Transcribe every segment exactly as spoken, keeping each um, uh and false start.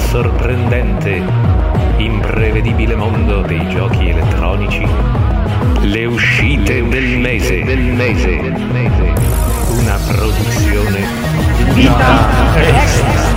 sorprendente, imprevedibile mondo dei giochi elettronici, le uscite del mese, del mese, una produzione Vita Extra.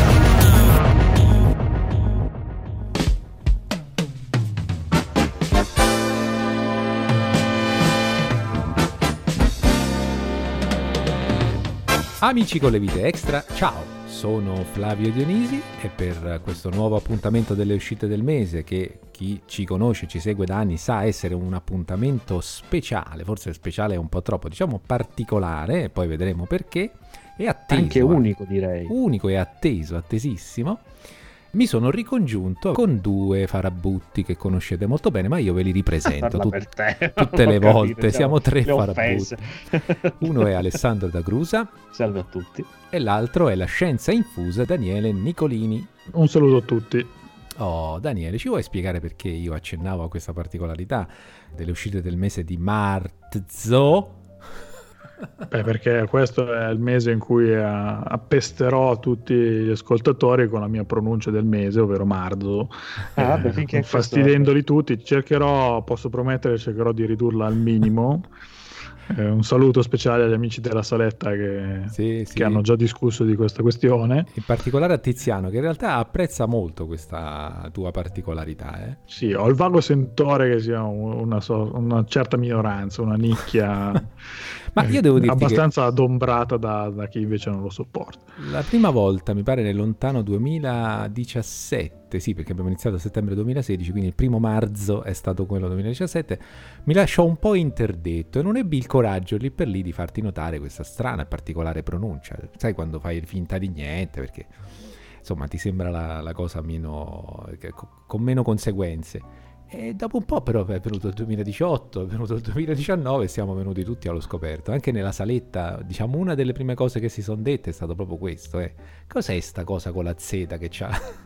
Amici con le vite extra, ciao, sono Flavio Dionisi e per questo nuovo appuntamento delle uscite del mese, che chi ci conosce, ci segue da anni, sa essere un appuntamento speciale, forse speciale è un po' troppo, diciamo particolare, e poi vedremo perché, è atteso. Anche unico, direi. Unico e atteso, attesissimo. Mi sono ricongiunto con due farabutti che conoscete molto bene, ma io ve li ripresento tut- per te. tutte le Capito, volte. Siamo tre le farabutti. Uno è Alessandro D'Agrusa. Salve a tutti. E l'altro è la scienza infusa Daniele Nicolini. Un saluto a tutti. Oh, Daniele, ci vuoi spiegare perché io accennavo a questa particolarità delle uscite del mese di marzo? Beh, perché questo è il mese in cui appesterò tutti gli ascoltatori con la mia pronuncia del mese, ovvero marzo, ah, vabbè, finché eh, fastidendoli tutti. Cercherò, posso promettere, cercherò di ridurla al minimo. Eh, un saluto speciale agli amici della saletta che, sì, sì. che hanno già discusso di questa questione. In particolare a Tiziano, che in realtà apprezza molto questa tua particolarità. Eh? Sì, ho il vago sentore che sia una, so- una certa minoranza, una nicchia Ma io devo dirti abbastanza che adombrata da, da chi invece non lo sopporta. La prima volta, mi pare nel lontano duemiladiciassette, sì, perché abbiamo iniziato a settembre duemilasedici, quindi il primo marzo è stato quello duemiladiciassette, mi lasciò un po' interdetto e non ebbi il coraggio lì per lì di farti notare questa strana e particolare pronuncia. Sai, quando fai finta di niente, perché insomma ti sembra la, la cosa meno, con meno conseguenze. E dopo un po' però è venuto il duemiladiciotto, è venuto il duemiladiciannove e siamo venuti tutti allo scoperto. Anche nella saletta, diciamo, una delle prime cose che si sono dette è stato proprio questo. Eh. Cos'è sta cosa con la Z che c'ha,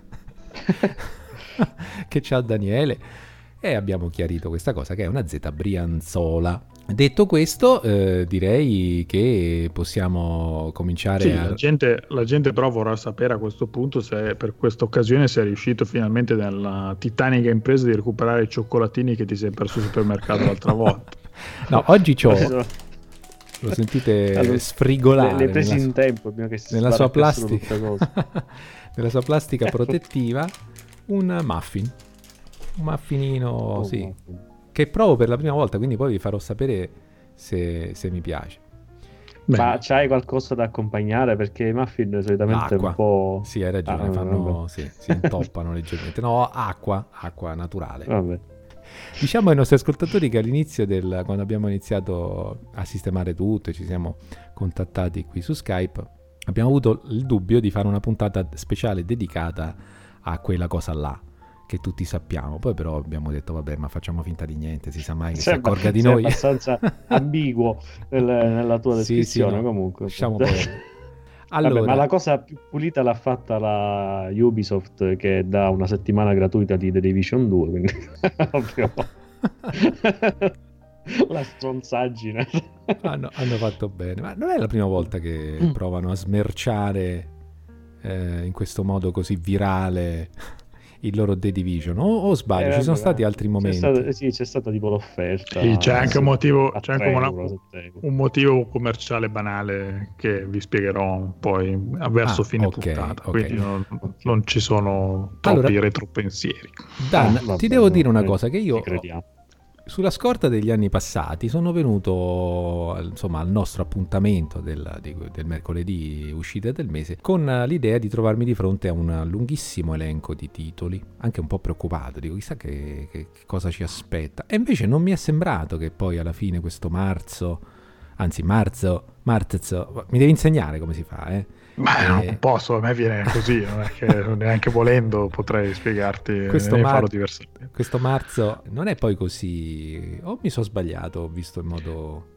che c'ha Daniele? E abbiamo chiarito questa cosa, che è una Z brianzola. Detto questo, eh, direi che possiamo cominciare sì, a... La gente, la gente però vorrà sapere a questo punto se per questa occasione sei riuscito finalmente nella titanica impresa di recuperare i cioccolatini che ti sei perso al supermercato l'altra volta. No, oggi c'ho... Lo sentite allora, sfrigolare. Le, le presi nella, in tempo, che si nella sua plastica, nella sua plastica protettiva, un muffin. Un muffinino, oh, sì, muffin. Che provo per la prima volta, quindi poi vi farò sapere se, se mi piace. Beh. Ma c'hai qualcosa da accompagnare? Perché i muffin solitamente acqua. Un po'... Sì, hai ragione, ah, fanno, sì, si intoppano leggermente. No, acqua, acqua naturale. Vabbè. Diciamo ai nostri ascoltatori che all'inizio del, quando abbiamo iniziato a sistemare tutto e ci siamo contattati qui su Skype, abbiamo avuto il dubbio di fare una puntata speciale dedicata a quella cosa là, che tutti sappiamo. Poi però abbiamo detto vabbè, ma facciamo finta di niente, si sa mai che sei si accorga di sei noi. È abbastanza ambiguo nel, nella tua descrizione. Sì, sì, no, comunque lasciamo perdere. Allora, vabbè, ma la cosa più pulita l'ha fatta la Ubisoft, che dà una settimana gratuita di The Division due, quindi proprio la stronzaggine. hanno, hanno fatto bene, ma non è la prima volta che mm. provano a smerciare eh, in questo modo così virale il loro The Division, o, o sbaglio, eh, ci sono stati altri momenti. C'è stato, sì, c'è stata tipo l'offerta. Sì, c'è anche, sì, un, motivo, c'è anche una, euro, un motivo commerciale banale che vi spiegherò poi verso ah, fine okay, puntata, okay. quindi non, non ci sono troppi allora, retropensieri. Dan, ah, vabbè, ti devo dire una eh, cosa, che io crediamo. Sulla scorta degli anni passati sono venuto, insomma, al nostro appuntamento del, di, del mercoledì uscita del mese con l'idea di trovarmi di fronte a un lunghissimo elenco di titoli, anche un po' preoccupato, dico chissà che, che, che cosa ci aspetta. E invece non mi è sembrato che poi alla fine questo marzo, anzi marzo, marzo, mi devi insegnare come si fa, eh? Ma eh, non posso, a me viene così, non è che neanche volendo potrei spiegarti, questo ne mar- farò diversamente. Questo marzo non è poi così, o mi sono sbagliato, ho visto in modo...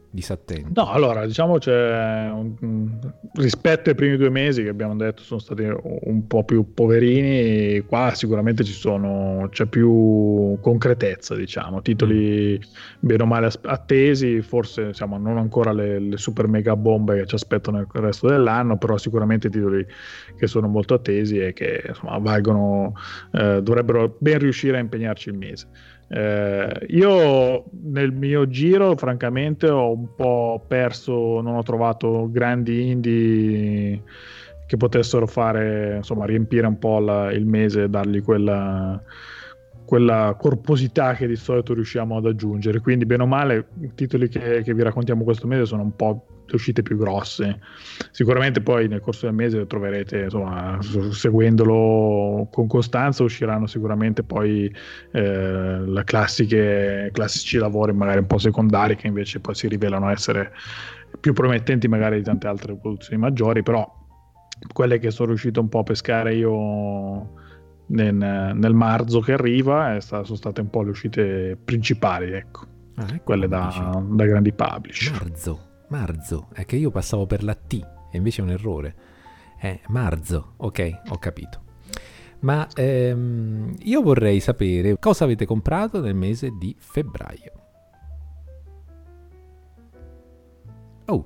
disattenti? No, allora diciamo c'è un, rispetto ai primi due mesi che abbiamo detto sono stati un po' più poverini, qua sicuramente ci sono c'è più concretezza, diciamo, titoli mm. bene o male attesi, forse diciamo non ancora le, le super mega bombe che ci aspettano nel resto dell'anno, però sicuramente titoli che sono molto attesi e che insomma valgono, eh, dovrebbero ben riuscire a impegnarci il mese. Eh, io nel mio giro francamente ho un po' perso, non ho trovato grandi indie che potessero fare, insomma, riempire un po' la, il mese e dargli quella, quella corposità che di solito riusciamo ad aggiungere, quindi bene o male i titoli che, che vi raccontiamo questo mese sono un po' le uscite più grosse. Sicuramente poi nel corso del mese troverete, insomma, seguendolo con costanza usciranno sicuramente poi eh, le classiche classici lavori magari un po' secondari che invece poi si rivelano essere più promettenti magari di tante altre produzioni maggiori, però quelle che sono riuscito un po' a pescare io nel, nel marzo che arriva è sta, sono state un po' le uscite principali, ecco, ah, ecco quelle da, da grandi publisher. Marzo Marzo, è che io passavo per la T e invece è un errore. È marzo, ok, ho capito. Ma ehm, io vorrei sapere cosa avete comprato nel mese di febbraio. Oh,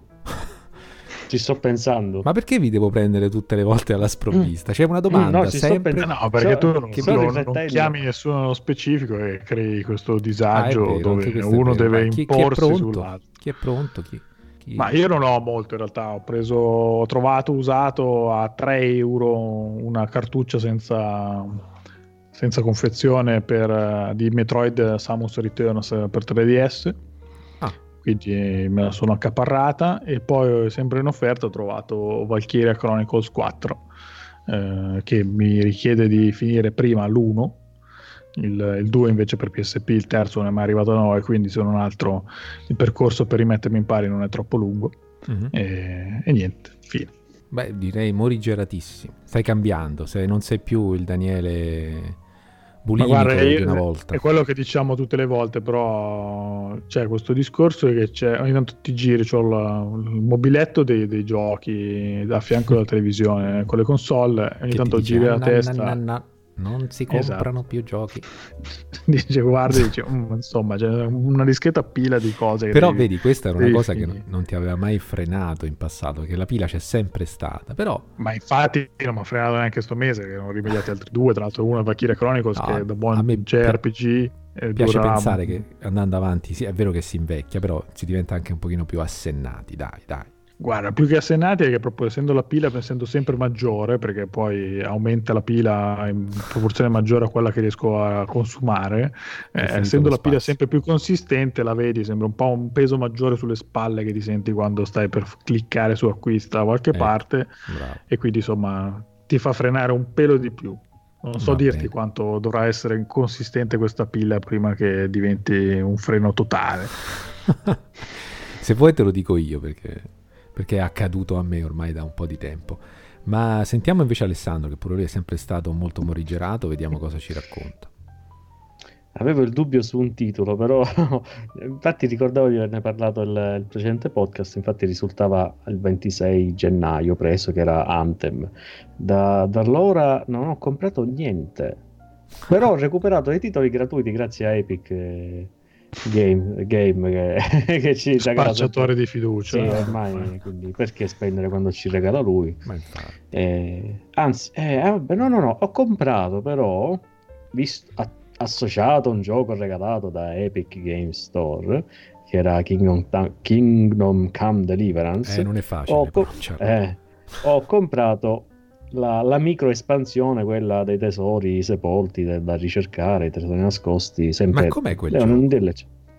ci sto pensando. Ma perché vi devo prendere tutte le volte alla sprovvista? C'è una domanda no, sempre. Pen- no, perché so, tu non, che non, non chiami nessuno specifico e crei questo disagio ah, vero, dove uno deve chi, imporsi chi è sull'altro. Chi è pronto? Chi? Chi... Ma io non ho molto in realtà, ho preso, ho trovato usato a tre euro una cartuccia senza, senza confezione per, di Metroid Samus Returns per tre D S, ah. quindi me la sono accaparrata, e poi sempre in offerta ho trovato Valkyria Chronicles quattro, eh, che mi richiede di finire prima l'uno, il, il due invece per P S P, il terzo non è mai arrivato a noi, quindi se non altro il percorso per rimettermi in pari non è troppo lungo. Uh-huh. e, e niente, fine. Beh, direi morigeratissimo, stai cambiando, se non sei più il Daniele bulimico guarda, di una volta. È quello che diciamo tutte le volte, però c'è questo discorso che c'è, ogni tanto ti giri, c'ho la, il mobiletto dei, dei giochi a fianco della televisione con le console, ogni che tanto giri la testa na, na, na. Non si comprano esatto. più giochi. Dice guarda, dice, mm, insomma c'è una discreta pila di cose. Però devi, vedi, questa era una cosa finire. Che non ti aveva mai frenato in passato, che la pila c'è sempre stata. Però ma infatti non mi ha frenato neanche sto mese, che erano rimediati altri due, tra l'altro uno è Valkyria Chronicles, no, che è da buon J R P G. Mi piace dura... pensare che andando avanti, sì, è vero che si invecchia, però si diventa anche un pochino più assennati, dai, dai. Guarda, più che assennati è che proprio essendo la pila essendo sempre maggiore, perché poi aumenta la pila in proporzione maggiore a quella che riesco a consumare, eh, essendo la pila sempre più consistente, la vedi, sembra un po' un peso maggiore sulle spalle che ti senti quando stai per cliccare su acquista da qualche eh, parte, bravo. E quindi insomma ti fa frenare un pelo di più. Non so Va dirti bene. Quanto dovrà essere consistente questa pila prima che diventi un freno totale. Se vuoi te lo dico io, perché... perché è accaduto a me ormai da un po' di tempo. Ma sentiamo invece Alessandro, che pure lui è sempre stato molto morigerato, vediamo cosa ci racconta. Avevo il dubbio su un titolo, però infatti ricordavo di averne parlato il, il precedente podcast, infatti risultava il ventisei gennaio preso, che era Anthem. Da, da allora non ho comprato niente, però ho recuperato dei titoli gratuiti grazie a Epic eh, Game, game che, che ci spacciatore di fiducia. Sì, ormai, quindi perché spendere quando ci regala lui? Ma infatti. Eh, anzi, eh, vabbè, no, no, no, ho comprato però, visto, a, associato a un gioco regalato da Epic Games Store, che era Kingdom, Kingdom Come Deliverance. Eh, non è facile. Ho, co- eh, ho comprato la, la micro espansione, quella dei tesori sepolti de, da ricercare, i tesori nascosti. Sempre, ma com'è quel eh, gioco? Delle,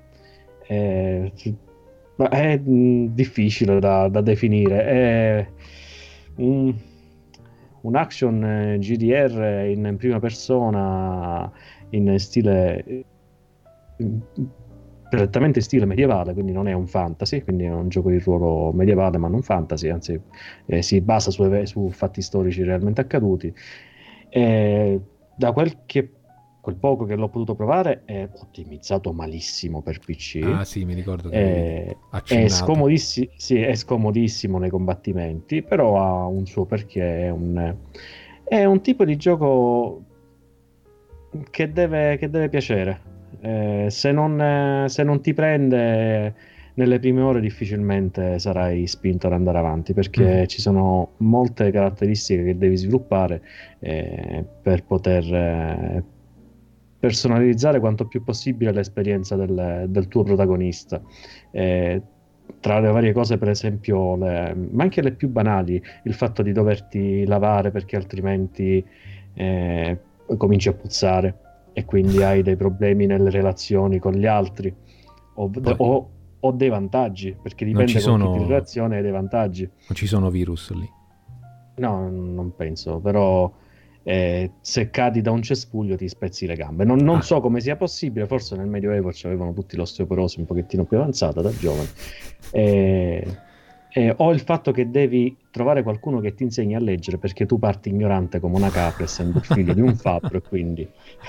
eh, ma è mh, difficile da, da definire. È un, un action eh, G D R in, in prima persona, in stile in, prettamente stile medievale, quindi non è un fantasy, quindi è un gioco di ruolo medievale ma non fantasy, anzi eh, si basa su, su fatti storici realmente accaduti. E da quel che quel poco che l'ho potuto provare è ottimizzato malissimo per P C. Ah sì, mi ricordo che è, è, scomodissi- sì, è scomodissimo nei combattimenti, però ha un suo perché, è un, è un tipo di gioco che deve, che deve piacere. Eh, se non, se non ti prende nelle prime ore difficilmente sarai spinto ad andare avanti, perché mm. ci sono molte caratteristiche che devi sviluppare eh, per poter eh, personalizzare quanto più possibile l'esperienza del, del tuo protagonista. Eh, tra le varie cose, per esempio, le, ma anche le più banali, il fatto di doverti lavare perché altrimenti eh, cominci a puzzare e quindi hai dei problemi nelle relazioni con gli altri, o, o, o dei vantaggi, perché dipende con sono... chi ti relazioni, hai dei vantaggi. Non ci sono virus lì? No, non penso, però eh, se cadi da un cespuglio ti spezzi le gambe. Non, non ah. so come sia possibile, forse nel Medioevo avevano tutti l'osteoporosi un pochettino più avanzata da giovane. Eh, eh, o il fatto che devi trovare qualcuno che ti insegni a leggere perché tu parti ignorante come una capra, essendo il figlio di un fabbro, e quindi...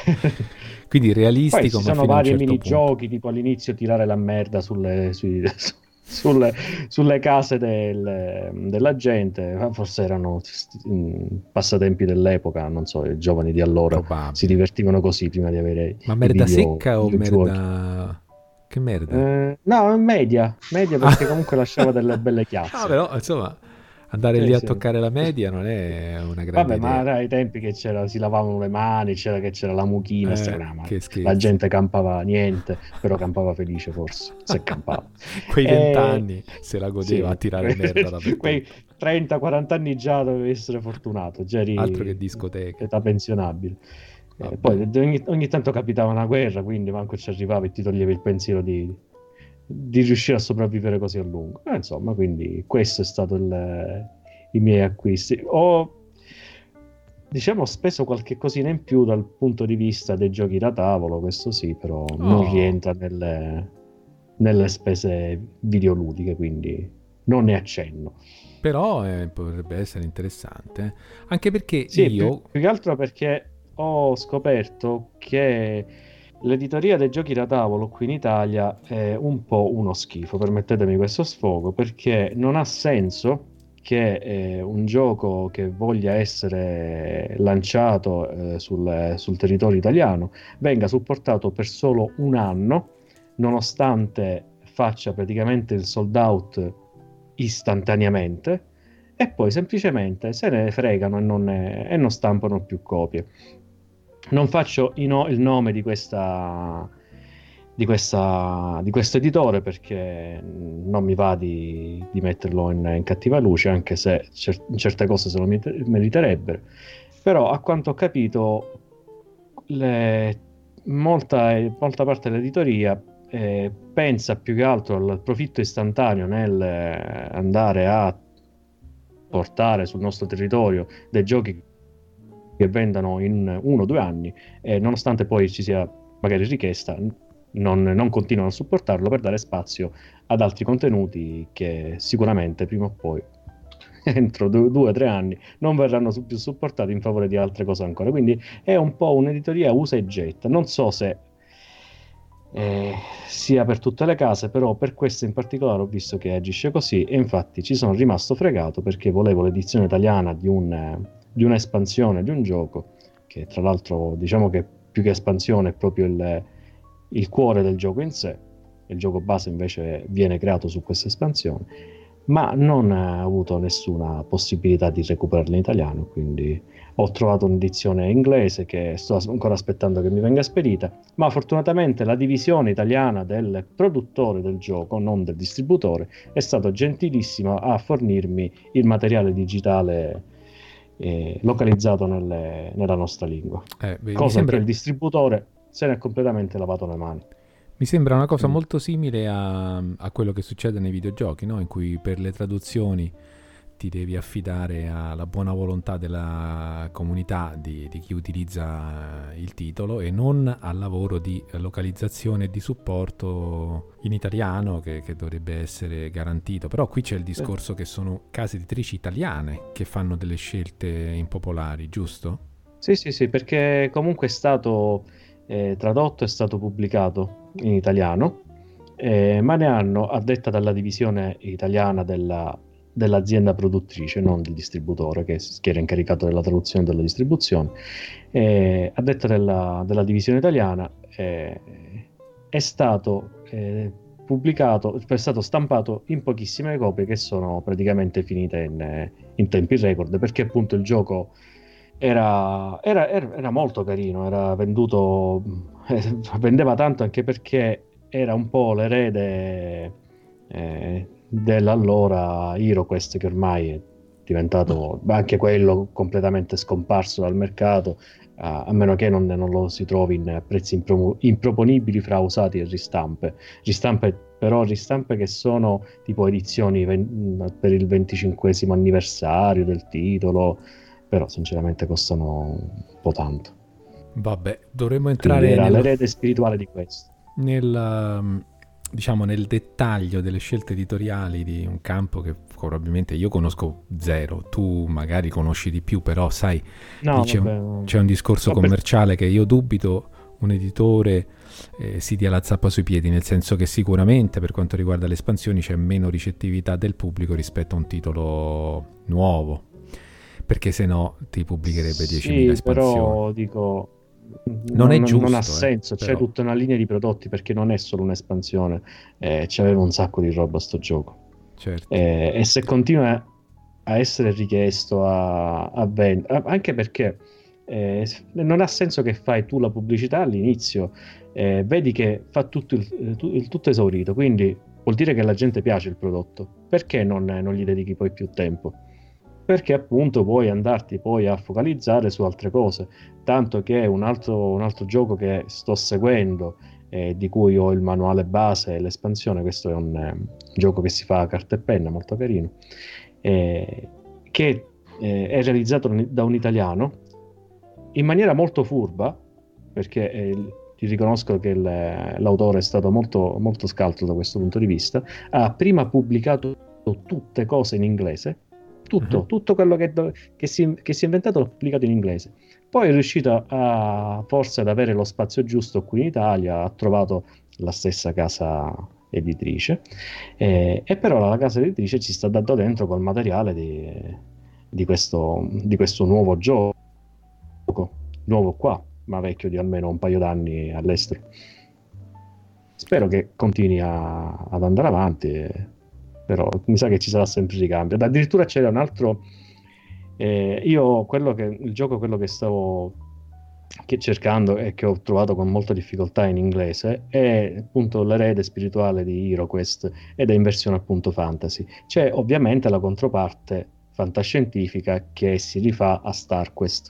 quindi realistico. Poi ci ma sono vari certo minigiochi, tipo all'inizio tirare la merda sulle... Sui, Sulle, sulle case del, della gente, forse erano passatempi dell'epoca, non so, i giovani di allora probabile. Si divertivano così prima di avere ma merda video, secca o merda che merda? Eh, no, media, media perché comunque lasciava delle belle chiazze. No, però insomma andare sì, lì a sì. toccare la media non è una grande Vabbè, idea. ma ai tempi che c'era, si lavavano le mani, c'era che c'era la mucchina, eh, strana, la gente campava niente, però campava felice forse, se campava. Quei vent'anni eh, se la godeva sì, a tirare merda da quei trenta quaranta anni già dovevi essere fortunato, già eri altro che discoteca, età pensionabile. Eh, poi ogni, ogni tanto capitava una guerra, quindi manco ci arrivavi e ti toglievi il pensiero di, di riuscire a sopravvivere così a lungo. Eh, insomma, quindi questo è stato il... i miei acquisti. Ho, diciamo, speso qualche cosina in più dal punto di vista dei giochi da tavolo, questo sì, però oh. non rientra nelle, nelle spese videoludiche, quindi non ne accenno. Però eh, potrebbe essere interessante, anche perché sì, io... più, più che altro perché ho scoperto che l'editoria dei giochi da tavolo qui in Italia è un po' uno schifo, permettetemi questo sfogo, perché non ha senso che eh, un gioco che voglia essere lanciato eh, sul, sul territorio italiano venga supportato per solo un anno, nonostante faccia praticamente il sold out istantaneamente, e poi semplicemente se ne fregano e non, ne, e non stampano più copie. Non faccio no, il nome di questa... di questa di questo editore perché non mi va di, di metterlo in, in cattiva luce, anche se cer- certe cose se lo meriterebbero, però a quanto ho capito le, molta, molta parte dell'editoria eh, pensa più che altro al profitto istantaneo nel andare a portare sul nostro territorio dei giochi che vendano in uno o due anni, e nonostante poi ci sia magari richiesta Non, non continuano a supportarlo per dare spazio ad altri contenuti che sicuramente prima o poi entro due, due o tre anni non verranno su, più supportati in favore di altre cose ancora. Quindi è un po' un'editoria usa e getta. Non so se eh, sia per tutte le case, però per questa in particolare ho visto che agisce così, e infatti ci sono rimasto fregato perché volevo l'edizione italiana di, un, di un'espansione di un gioco che tra l'altro diciamo che più che espansione è proprio il il cuore del gioco in sé. Il gioco base invece viene creato su questa espansione, ma non ho avuto nessuna possibilità di recuperarlo in italiano, quindi ho trovato un'edizione inglese che sto ancora aspettando che mi venga spedita, ma fortunatamente la divisione italiana del produttore del gioco, non del distributore, è stato gentilissima a fornirmi il materiale digitale eh, localizzato nelle, nella nostra lingua, eh, beh, cosa sembra... che il distributore se ne è completamente lavato le mani. Mi sembra una cosa mm. molto simile a, a quello che succede nei videogiochi, no? In cui per le traduzioni ti devi affidare alla buona volontà della comunità di, di chi utilizza il titolo, e non al lavoro di localizzazione e di supporto in italiano che, che dovrebbe essere garantito. Però qui c'è il discorso che sono case editrici italiane che fanno delle scelte impopolari, giusto? Sì, sì, sì, perché comunque è stato eh, tradotto e è stato pubblicato in italiano, eh, ma ne hanno, a detta dalla divisione italiana della, dell'azienda produttrice, non del distributore che, che era incaricato della traduzione e della distribuzione, eh, a detta della, della divisione italiana eh, è stato eh, pubblicato, è stato stampato in pochissime copie che sono praticamente finite in, in tempi record, perché appunto il gioco era, era, era molto carino, era venduto, eh, vendeva tanto anche perché era un po' l'erede eh, dell'allora HeroQuest, che ormai è diventato anche quello completamente scomparso dal mercato, a, a meno che non, non lo si trovi in prezzi impro- improponibili fra usati e ristampe. Ristampe però ristampe che sono tipo edizioni ven- per il venticinquesimo anniversario del titolo, però sinceramente costano un po' tanto. Vabbè, dovremmo entrare Quindi era nel, l'erede spirituale di questo. nel, diciamo, nel dettaglio delle scelte editoriali di un campo che probabilmente io conosco zero, tu magari conosci di più, però sai, No, c'è, vabbè, un, c'è un discorso vabbè. commerciale che io dubito un editore eh, si dia la zappa sui piedi, nel senso che sicuramente per quanto riguarda le espansioni c'è meno ricettività del pubblico rispetto a un titolo nuovo, perché se no ti pubblicherebbe diecimila sì, espansioni. però dico Non è giusto, non ha eh, senso, c'è però. tutta una linea di prodotti, perché non è solo un'espansione, eh, c'aveva un sacco di roba sto gioco. Certo. Eh, e se continua a essere richiesto a, a vendere, anche perché eh, non ha senso che fai tu la pubblicità all'inizio, eh, vedi che fa tutto il, il tutto esaurito, quindi vuol dire che alla gente piace il prodotto, perché non, non gli dedichi poi più tempo? Perché appunto puoi andarti poi a focalizzare su altre cose, tanto che un altro, un altro gioco che sto seguendo, eh, di cui ho il manuale base e l'espansione, questo è un eh, gioco che si fa a carta e penna, molto carino, eh, che eh, è realizzato da un italiano in maniera molto furba, perché eh, ti riconosco che il, l'autore è stato molto, molto scaltro da questo punto di vista. Ha prima pubblicato tutte cose in inglese, tutto, uh-huh. tutto quello che, che, si, che si è inventato l'ha pubblicato in inglese. Poi è riuscito a, forse ad avere lo spazio giusto qui in Italia, ha trovato la stessa casa editrice, eh, e però la casa editrice ci sta dando dentro col materiale di, di, questo, di questo nuovo gioco, nuovo qua, ma vecchio di almeno un paio d'anni all'estero. Spero che continui a, ad andare avanti, eh, però mi sa che ci sarà sempre ricambio. Addirittura c'era un altro, eh, io quello che il gioco quello che stavo che cercando e che ho trovato con molta difficoltà in inglese è appunto l'erede spirituale di HeroQuest, ed è in versione appunto fantasy. C'è ovviamente la controparte fantascientifica che si rifà a StarQuest.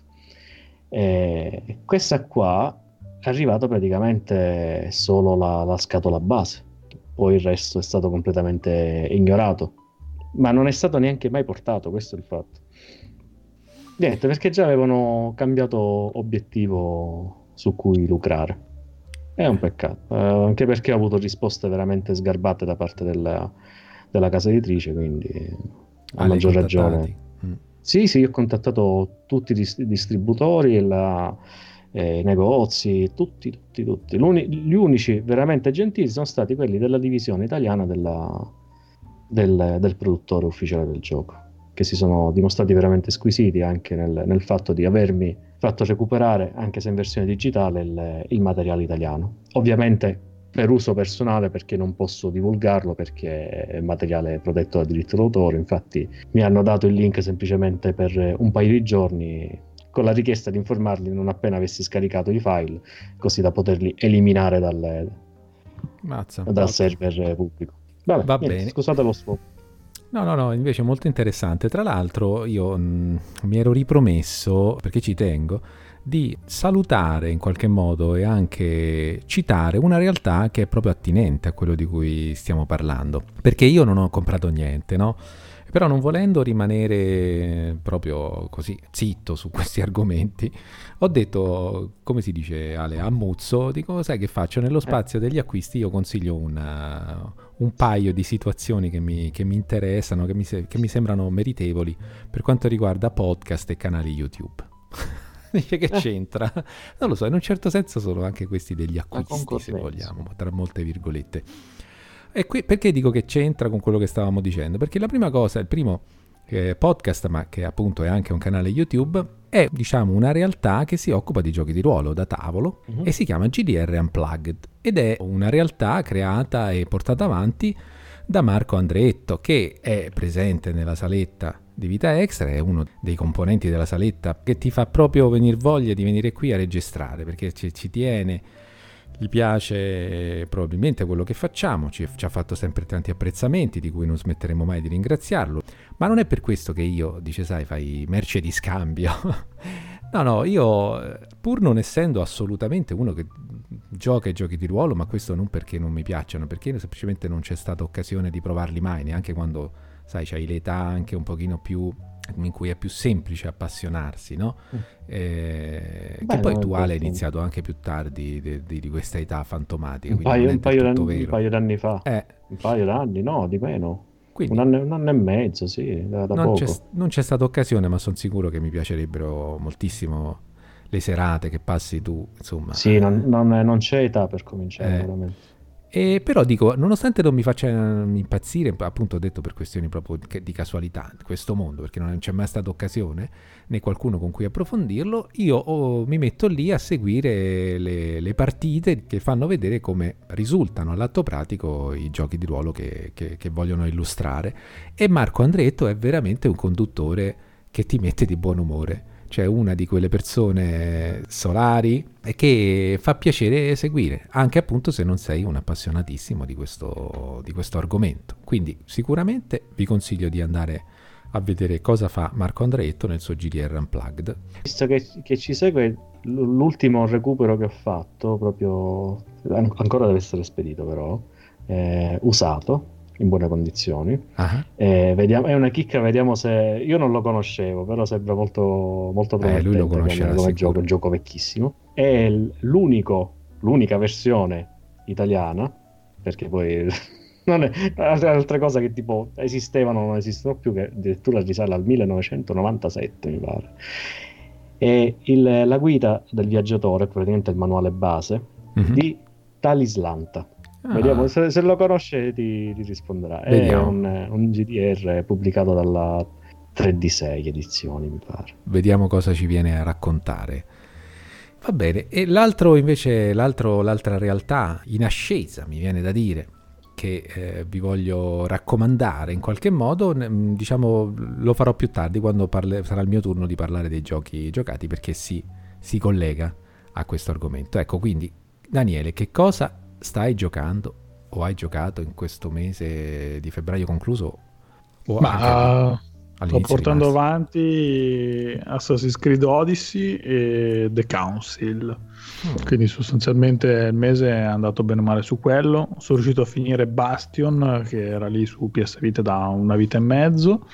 Eh, questa qua è arrivata praticamente solo la, la scatola base, poi il resto è stato completamente ignorato, ma non è stato neanche mai portato, questo è il fatto. Niente, perché già avevano cambiato obiettivo su cui lucrare. È un peccato, eh, anche perché ho avuto risposte veramente sgarbate da parte della, della casa editrice, quindi a ah, maggior ragione. Mm. Sì, sì, ho contattato tutti i dist- distributori, la, eh, i negozi, tutti, tutti, tutti. L'uni- gli unici veramente gentili sono stati quelli della divisione italiana della, del, del produttore ufficiale del gioco, che si sono dimostrati veramente squisiti anche nel, nel fatto di avermi fatto recuperare, anche se in versione digitale, il, il materiale italiano. Ovviamente per uso personale, perché non posso divulgarlo, perché è materiale protetto da diritto d'autore. Infatti mi hanno dato il link semplicemente per un paio di giorni, con la richiesta di informarli non appena avessi scaricato i file, così da poterli eliminare dal, Mazza, dal server pubblico. Vabbè, Va niente, bene. Scusate lo sfogo. No, no, no, invece è molto interessante. Tra l'altro io mh, mi ero ripromesso, perché ci tengo, di salutare in qualche modo e anche citare una realtà che è proprio attinente a quello di cui stiamo parlando. Perché io non ho comprato niente, no? Però non volendo rimanere proprio così zitto su questi argomenti, ho detto, come si dice Ale, a muzzo, dico, sai che faccio? Nello spazio degli acquisti io consiglio una, un paio di situazioni che mi, che mi interessano, che mi, che mi sembrano meritevoli per quanto riguarda podcast e canali YouTube. Dice che Eh. c'entra? Non lo so, in un certo senso sono anche questi degli acquisti, se concorrenza. vogliamo, tra molte virgolette. E qui, perché dico che c'entra con quello che stavamo dicendo? Perché la prima cosa, il primo eh, podcast, ma che appunto è anche un canale YouTube, è diciamo una realtà che si occupa di giochi di ruolo da tavolo Mhm. e si chiama G D R Unplugged ed è una realtà creata e portata avanti da Marco Andreetto, che è presente nella saletta di Vita Extra, è uno dei componenti della saletta che ti fa proprio venire voglia di venire qui a registrare, perché ci, ci tiene, gli piace probabilmente quello che facciamo, ci, ci ha fatto sempre tanti apprezzamenti di cui non smetteremo mai di ringraziarlo, ma non è per questo che io, dice sai, fai merce di scambio. No, no, io pur non essendo assolutamente uno che gioca ai giochi di ruolo, ma questo non perché non mi piacciono, perché semplicemente non c'è stata occasione di provarli mai, neanche quando, sai, c'hai l'età anche un pochino più in cui è più semplice appassionarsi, no? Mm. Eh, Beh, che poi no, tu Ale hai questo- iniziato anche più tardi di, di- di questa età fantomatica, Un quindi paio, non è un paio del tutto d'anni, un vero. paio d'anni fa. Eh, Un paio d'anni, no, di meno. quindi Un anno, un anno e mezzo, sì, da, da non poco. c'è, non c'è stata occasione, ma sono sicuro che mi piacerebbero moltissimo le serate che passi tu, insomma. Sì, non, non- non c'è età per cominciare, Eh. veramente. E però dico, nonostante non mi faccia impazzire, appunto ho detto per questioni proprio di di casualità, di questo mondo, perché non c'è mai stata occasione né qualcuno con cui approfondirlo, io oh, mi metto lì a seguire le, le partite che fanno vedere come risultano all'atto pratico i giochi di ruolo che, che- che vogliono illustrare. E Marco Andreetto è veramente un conduttore che ti mette di buon umore. Cioè una di quelle persone solari e che fa piacere seguire, anche appunto se non sei un appassionatissimo di questo, di questo argomento. Quindi sicuramente vi consiglio di andare a vedere cosa fa Marco Andreetto nel suo G D R Unplugged. Visto che, che ci segue, l- l'ultimo recupero che ho fatto, proprio an- ancora deve essere spedito però, eh, usato, in buone condizioni. Ah, Eh, vediamo, è una chicca, vediamo se... Io non lo conoscevo, però sembra molto, molto Eh, lui lo promettente conoscerà come, come sicuro. gioco, un gioco vecchissimo. È l- l'unico, l'unica versione italiana, perché poi non è, altre cose che tipo esistevano non esistono più, che addirittura risale al millenovecentonovantasette mi pare. È il- la guida del viaggiatore, praticamente il manuale base, mhm. di Talislanta. Ah, Vediamo se, se lo conosce, ti, ti risponderà. È Vediamo. un, un G D R pubblicato dalla tre D sei edizioni, mi pare. vediamo cosa ci viene a raccontare. Va bene, e l'altro invece, l'altro, l'altra realtà in ascesa, mi viene da dire, che eh, vi voglio raccomandare in qualche modo, ne- diciamo lo farò più tardi quando parle- sarà il mio turno di parlare dei giochi giocati, perché si, si collega a questo argomento. Ecco, quindi Daniele, che cosa stai giocando o hai giocato in questo mese di febbraio concluso? O anche Ma sto all'inizio portando rimasto? avanti Assassin's Creed Odyssey e The Council. Mm. Quindi sostanzialmente il mese è andato bene o male su quello. Sono riuscito a finire Bastion, che era lì su P S Vita da una vita e mezzo,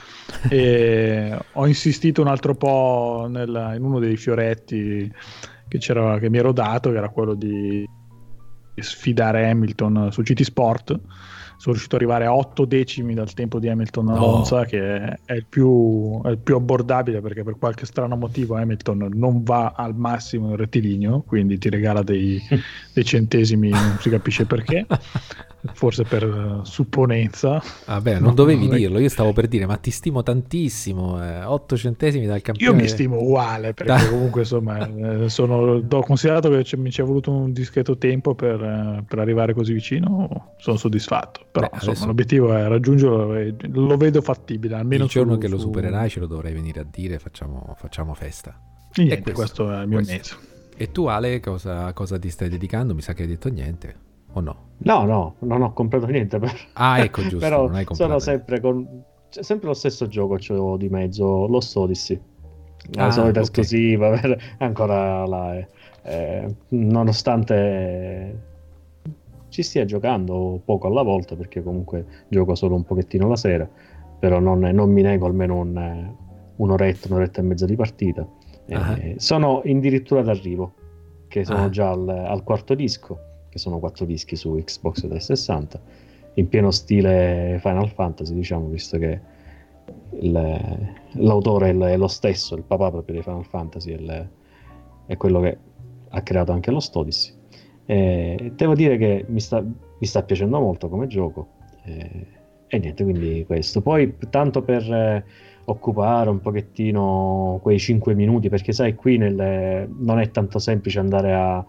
e ho insistito un altro po' nel- in uno dei fioretti che, c'era, che mi ero dato, che era quello di sfidare Hamilton su C T Sport. Sono riuscito ad arrivare a otto decimi dal tempo di Hamilton a No. Monza, che è il, più, è il più abbordabile, perché per qualche strano motivo Hamilton non va al massimo in rettilineo, quindi ti regala dei, dei centesimi, non si capisce perché, forse per uh, supponenza. Vabbè, non No, dovevi non è- dirlo, io stavo per dire, ma ti stimo tantissimo, eh, otto centesimi dal Io campione. mi stimo uguale, perché Da- comunque insomma eh, sono, ho considerato che ci- mi ci è voluto un discreto tempo per, eh, per arrivare così vicino, sono soddisfatto, però Beh, insomma adesso- l'obiettivo è raggiungerlo e lo vedo fattibile, almeno Il giorno su- che lo su- supererai ce lo dovrai venire a dire, facciamo, facciamo festa. E niente, E questo, è il mio questo. mese. E tu Ale, cosa, cosa ti stai dedicando? Mi sa che hai detto niente, o no? No, no, non ho comprato niente. Per... Ah, ecco, giusto, Però non hai comprato sono niente. sempre con... c'è sempre lo stesso gioco c'ho di mezzo, Lost Odyssey. La Ah, solita ok. esclusiva, per- ancora là. eh. Eh, nonostante ci stia giocando poco alla volta, perché comunque gioco solo un pochettino la sera, però non, non mi nego almeno un, un'oretta, un'oretta e mezza di partita. Eh, Ah. Sono addirittura d'arrivo, che sono Ah. già al, al quarto disco, che sono quattro dischi su Xbox trecentosessanta, in pieno stile Final Fantasy, diciamo, visto che il- l'autore è, il- è lo stesso, il papà proprio di Final Fantasy, è il, è quello che ha creato anche Lost Odyssey. Eh, devo dire che mi sta, mi sta piacendo molto come gioco, eh, e niente, quindi questo. Poi tanto per eh, occupare un pochettino quei cinque minuti, perché sai qui nelle, non è tanto semplice andare a,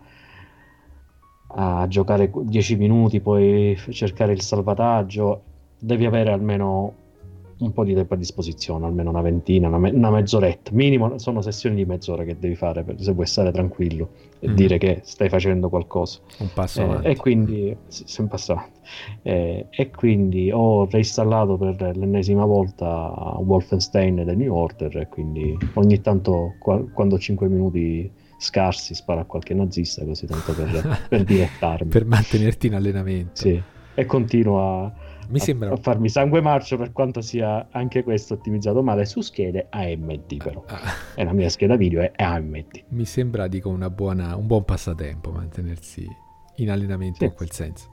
a giocare dieci minuti, poi cercare il salvataggio, devi avere almeno un po' di tempo a disposizione, almeno una ventina, una, me- una mezz'oretta, minimo sono sessioni di mezz'ora che devi fare per, se vuoi stare tranquillo e mm. dire che stai facendo qualcosa. Un passo eh, avanti. E quindi, sì, sei un passo avanti. Eh, e quindi ho reinstallato per l'ennesima volta Wolfenstein The New Order, e quindi ogni tanto qua- quando ho cinque minuti scarsi sparo a qualche nazista, così tanto per, per dilettarmi. Per mantenerti in allenamento. Sì, e continuo a Mi sembra... a farmi sangue marcio, per quanto sia anche questo ottimizzato male su schede A M D, però ah. e la mia scheda video è A M D. Mi sembra, dico, una buona, un buon passatempo mantenersi in allenamento, sì, in quel senso.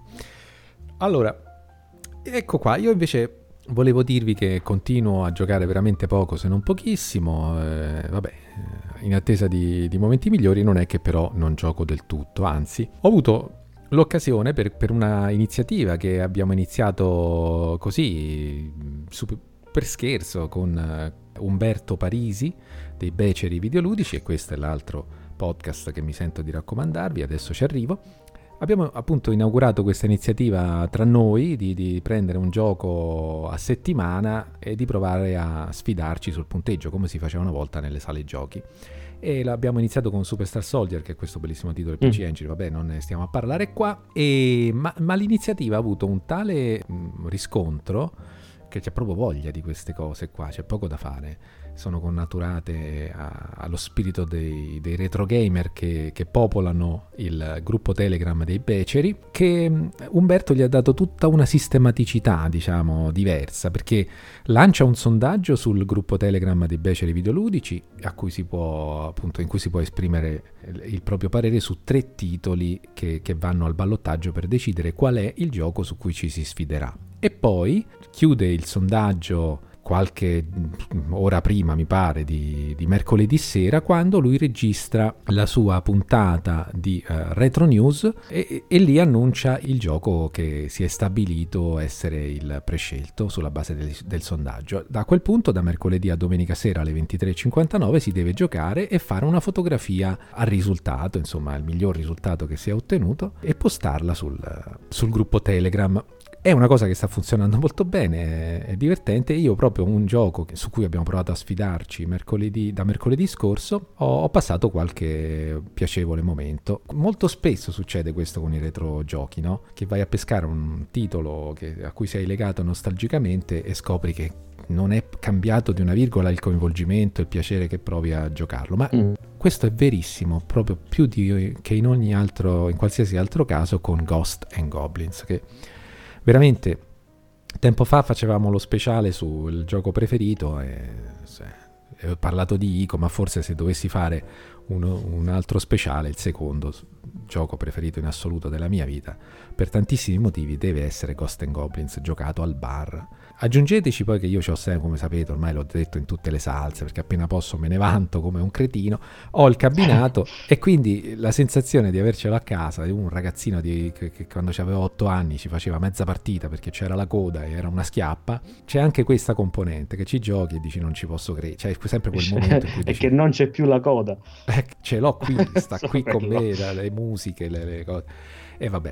Allora, ecco qua, io invece volevo dirvi che continuo a giocare veramente poco, se non pochissimo, eh, vabbè, in attesa di, di momenti migliori. Non è che però non gioco del tutto, anzi ho avuto l'occasione per, per una iniziativa che abbiamo iniziato così su, per scherzo con Umberto Parisi dei Beceri Videoludici, e questo è l'altro podcast che mi sento di raccomandarvi, adesso ci arrivo. Abbiamo appunto inaugurato questa iniziativa tra noi di, di prendere un gioco a settimana e di provare a sfidarci sul punteggio, come si faceva una volta nelle sale giochi. E l'abbiamo iniziato con Superstar Soldier, che è questo bellissimo titolo del P C mm. Engine, vabbè, non ne stiamo a parlare qua, e, ma, ma l'iniziativa ha avuto un tale mh, riscontro che c'è proprio voglia di queste cose qua, c'è poco da fare. Sono connaturate a, allo spirito dei, dei retro gamer che, che popolano il gruppo Telegram dei Beceri, che Umberto gli ha dato tutta una sistematicità, diciamo, diversa, perché lancia un sondaggio sul gruppo Telegram dei Beceri Videoludici, a cui si può, appunto, in cui si può esprimere il proprio parere su tre titoli che, che vanno al ballottaggio per decidere qual è il gioco su cui ci si sfiderà. E poi chiude il sondaggio qualche ora prima, mi pare, di, di mercoledì sera, quando lui registra la sua puntata di uh, Retro News e, e lì annuncia il gioco che si è stabilito essere il prescelto sulla base del, del sondaggio. Da quel punto, da mercoledì a domenica sera alle ventitré e cinquantanove, si deve giocare e fare una fotografia al risultato, insomma il miglior risultato che si è ottenuto, e postarla sul, sul gruppo Telegram. È una cosa che sta funzionando molto bene, è divertente. Io proprio un gioco che, su cui abbiamo provato a sfidarci mercoledì, da mercoledì scorso, ho, ho passato qualche piacevole momento. Molto spesso succede questo con i retro giochi, no? Che vai a pescare un titolo che, a cui sei legato nostalgicamente e scopri che non è cambiato di una virgola il coinvolgimento e il piacere che provi a giocarlo. Ma mm. questo è verissimo, proprio più di, che in ogni altro, in qualsiasi altro caso, con Ghost and Goblins, che veramente tempo fa facevamo lo speciale sul gioco preferito e, se, e ho parlato di Ico, ma forse se dovessi fare uno, un altro speciale, il secondo gioco preferito in assoluto della mia vita, per tantissimi motivi, deve essere Ghost and Goblins, giocato al bar. Aggiungeteci poi che io ci ho sempre, come sapete, ormai l'ho detto in tutte le salse, perché appena posso me ne vanto come un cretino, ho il cabinato e quindi la sensazione di avercelo a casa, di un ragazzino di, che, che quando avevo otto anni ci faceva mezza partita perché c'era la coda e era una schiappa. C'è anche questa componente che ci giochi e dici non ci posso credere, c'è sempre quel momento in cui dici, è che non c'è più la coda, eh, ce l'ho qui, sta qui con me, le, le musiche, le, le cose, e vabbè.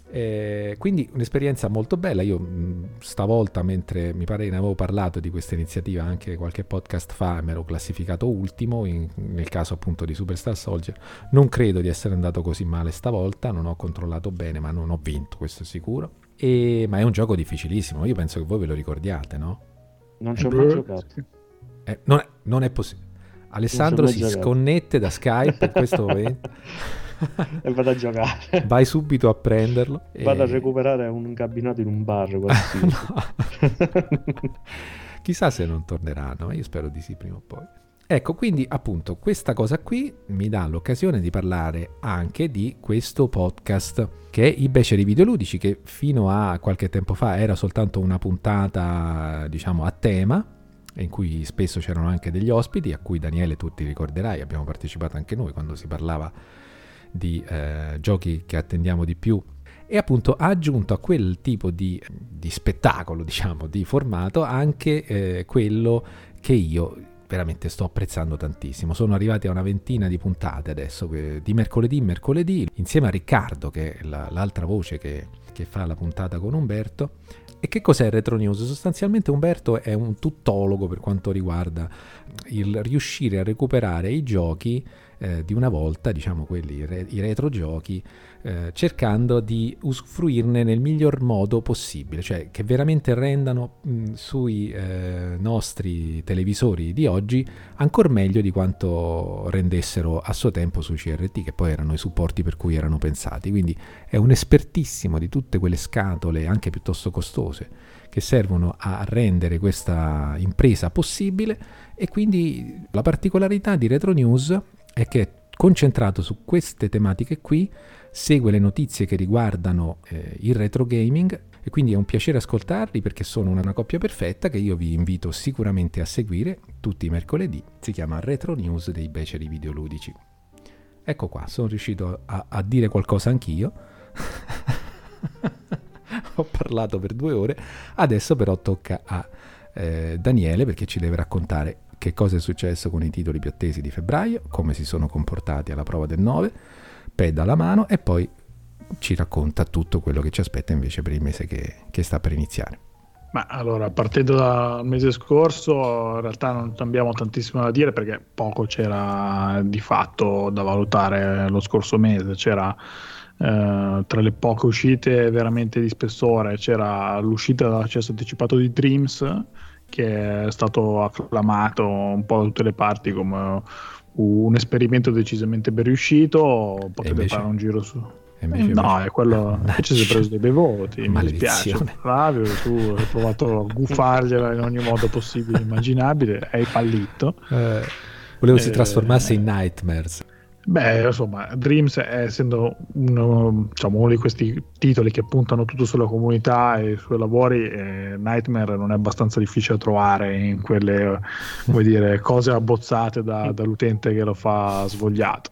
Eh, quindi un'esperienza molto bella. Io mh, stavolta, mentre mi pare che ne avevo parlato di questa iniziativa anche qualche podcast fa, mi ero classificato ultimo in, nel caso appunto di Superstar Soldier. Non credo di essere andato così male stavolta, non ho controllato bene, ma non ho vinto, questo è sicuro. E, ma è un gioco difficilissimo, io penso che voi ve lo ricordiate, no? Non ci ho mai giocato. Eh, non è, non è possibile. Alessandro si giocato. Sconnette da Skype in questo momento e vado a giocare. Vai subito a prenderlo. Vado e... a recuperare un cabinato in un bar. No. Chissà se non torneranno, ma io spero di sì prima o poi. Ecco, quindi appunto questa cosa qui mi dà l'occasione di parlare anche di questo podcast che è I Beceri Videoludici, che fino a qualche tempo fa era soltanto una puntata, diciamo, a tema, in cui spesso c'erano anche degli ospiti, a cui Daniele tu ti ricorderai, abbiamo partecipato anche noi quando si parlava di eh, giochi che attendiamo di più, e appunto ha aggiunto a quel tipo di, di spettacolo, diciamo, di formato anche eh, quello che io veramente sto apprezzando tantissimo. Sono arrivati a una ventina di puntate adesso, di mercoledì in mercoledì, insieme a Riccardo, che è la, l'altra voce che, che fa la puntata con Umberto. E che cos'è Retro News? Sostanzialmente Umberto è un tuttologo per quanto riguarda il riuscire a recuperare i giochi eh, di una volta, diciamo quelli, re, i retro giochi, eh, cercando di usufruirne nel miglior modo possibile, cioè che veramente rendano mh, sui eh, nostri televisori di oggi ancor meglio di quanto rendessero a suo tempo su C R T, che poi erano i supporti per cui erano pensati. Quindi è un espertissimo di tutte quelle scatole anche piuttosto costose che servono a rendere questa impresa possibile, e quindi la particolarità di Retro News è che è concentrato su queste tematiche qui, segue le notizie che riguardano eh, il retro gaming, e quindi è un piacere ascoltarli perché sono una, una coppia perfetta che io vi invito sicuramente a seguire tutti i mercoledì. Si chiama Retro News dei Beceri Videoludici. Ecco qua, sono riuscito a, a dire qualcosa anch'io. Ho parlato per due ore, adesso però tocca a eh, Daniele, perché ci deve raccontare che cosa è successo con i titoli più attesi di febbraio, come si sono comportati alla prova del nove, peda alla mano, e poi ci racconta tutto quello che ci aspetta invece per il mese che, che sta per iniziare. Ma allora, partendo dal mese scorso, in realtà non abbiamo tantissimo da dire perché poco c'era di fatto da valutare lo scorso mese. C'era eh, tra le poche uscite veramente di spessore, c'era l'uscita dall'accesso anticipato di Dreams, che è stato acclamato un po' da tutte le parti come un esperimento decisamente ben riuscito. Potete invece, fare un giro su... Invece, no, invece... è quello che ci si è preso dei bei voti. Mi dispiace, Flavio, tu hai provato a guffargliela in ogni modo possibile e immaginabile, hai fallito. Eh, volevo si eh, trasformasse in Nightmares. Beh, insomma, Dreams, è, essendo uno, diciamo, uno di questi titoli che puntano tutto sulla comunità e sui lavori, eh, Nightmare non è abbastanza difficile da trovare in quelle, come dire, cose abbozzate da, dall'utente che lo fa svogliato.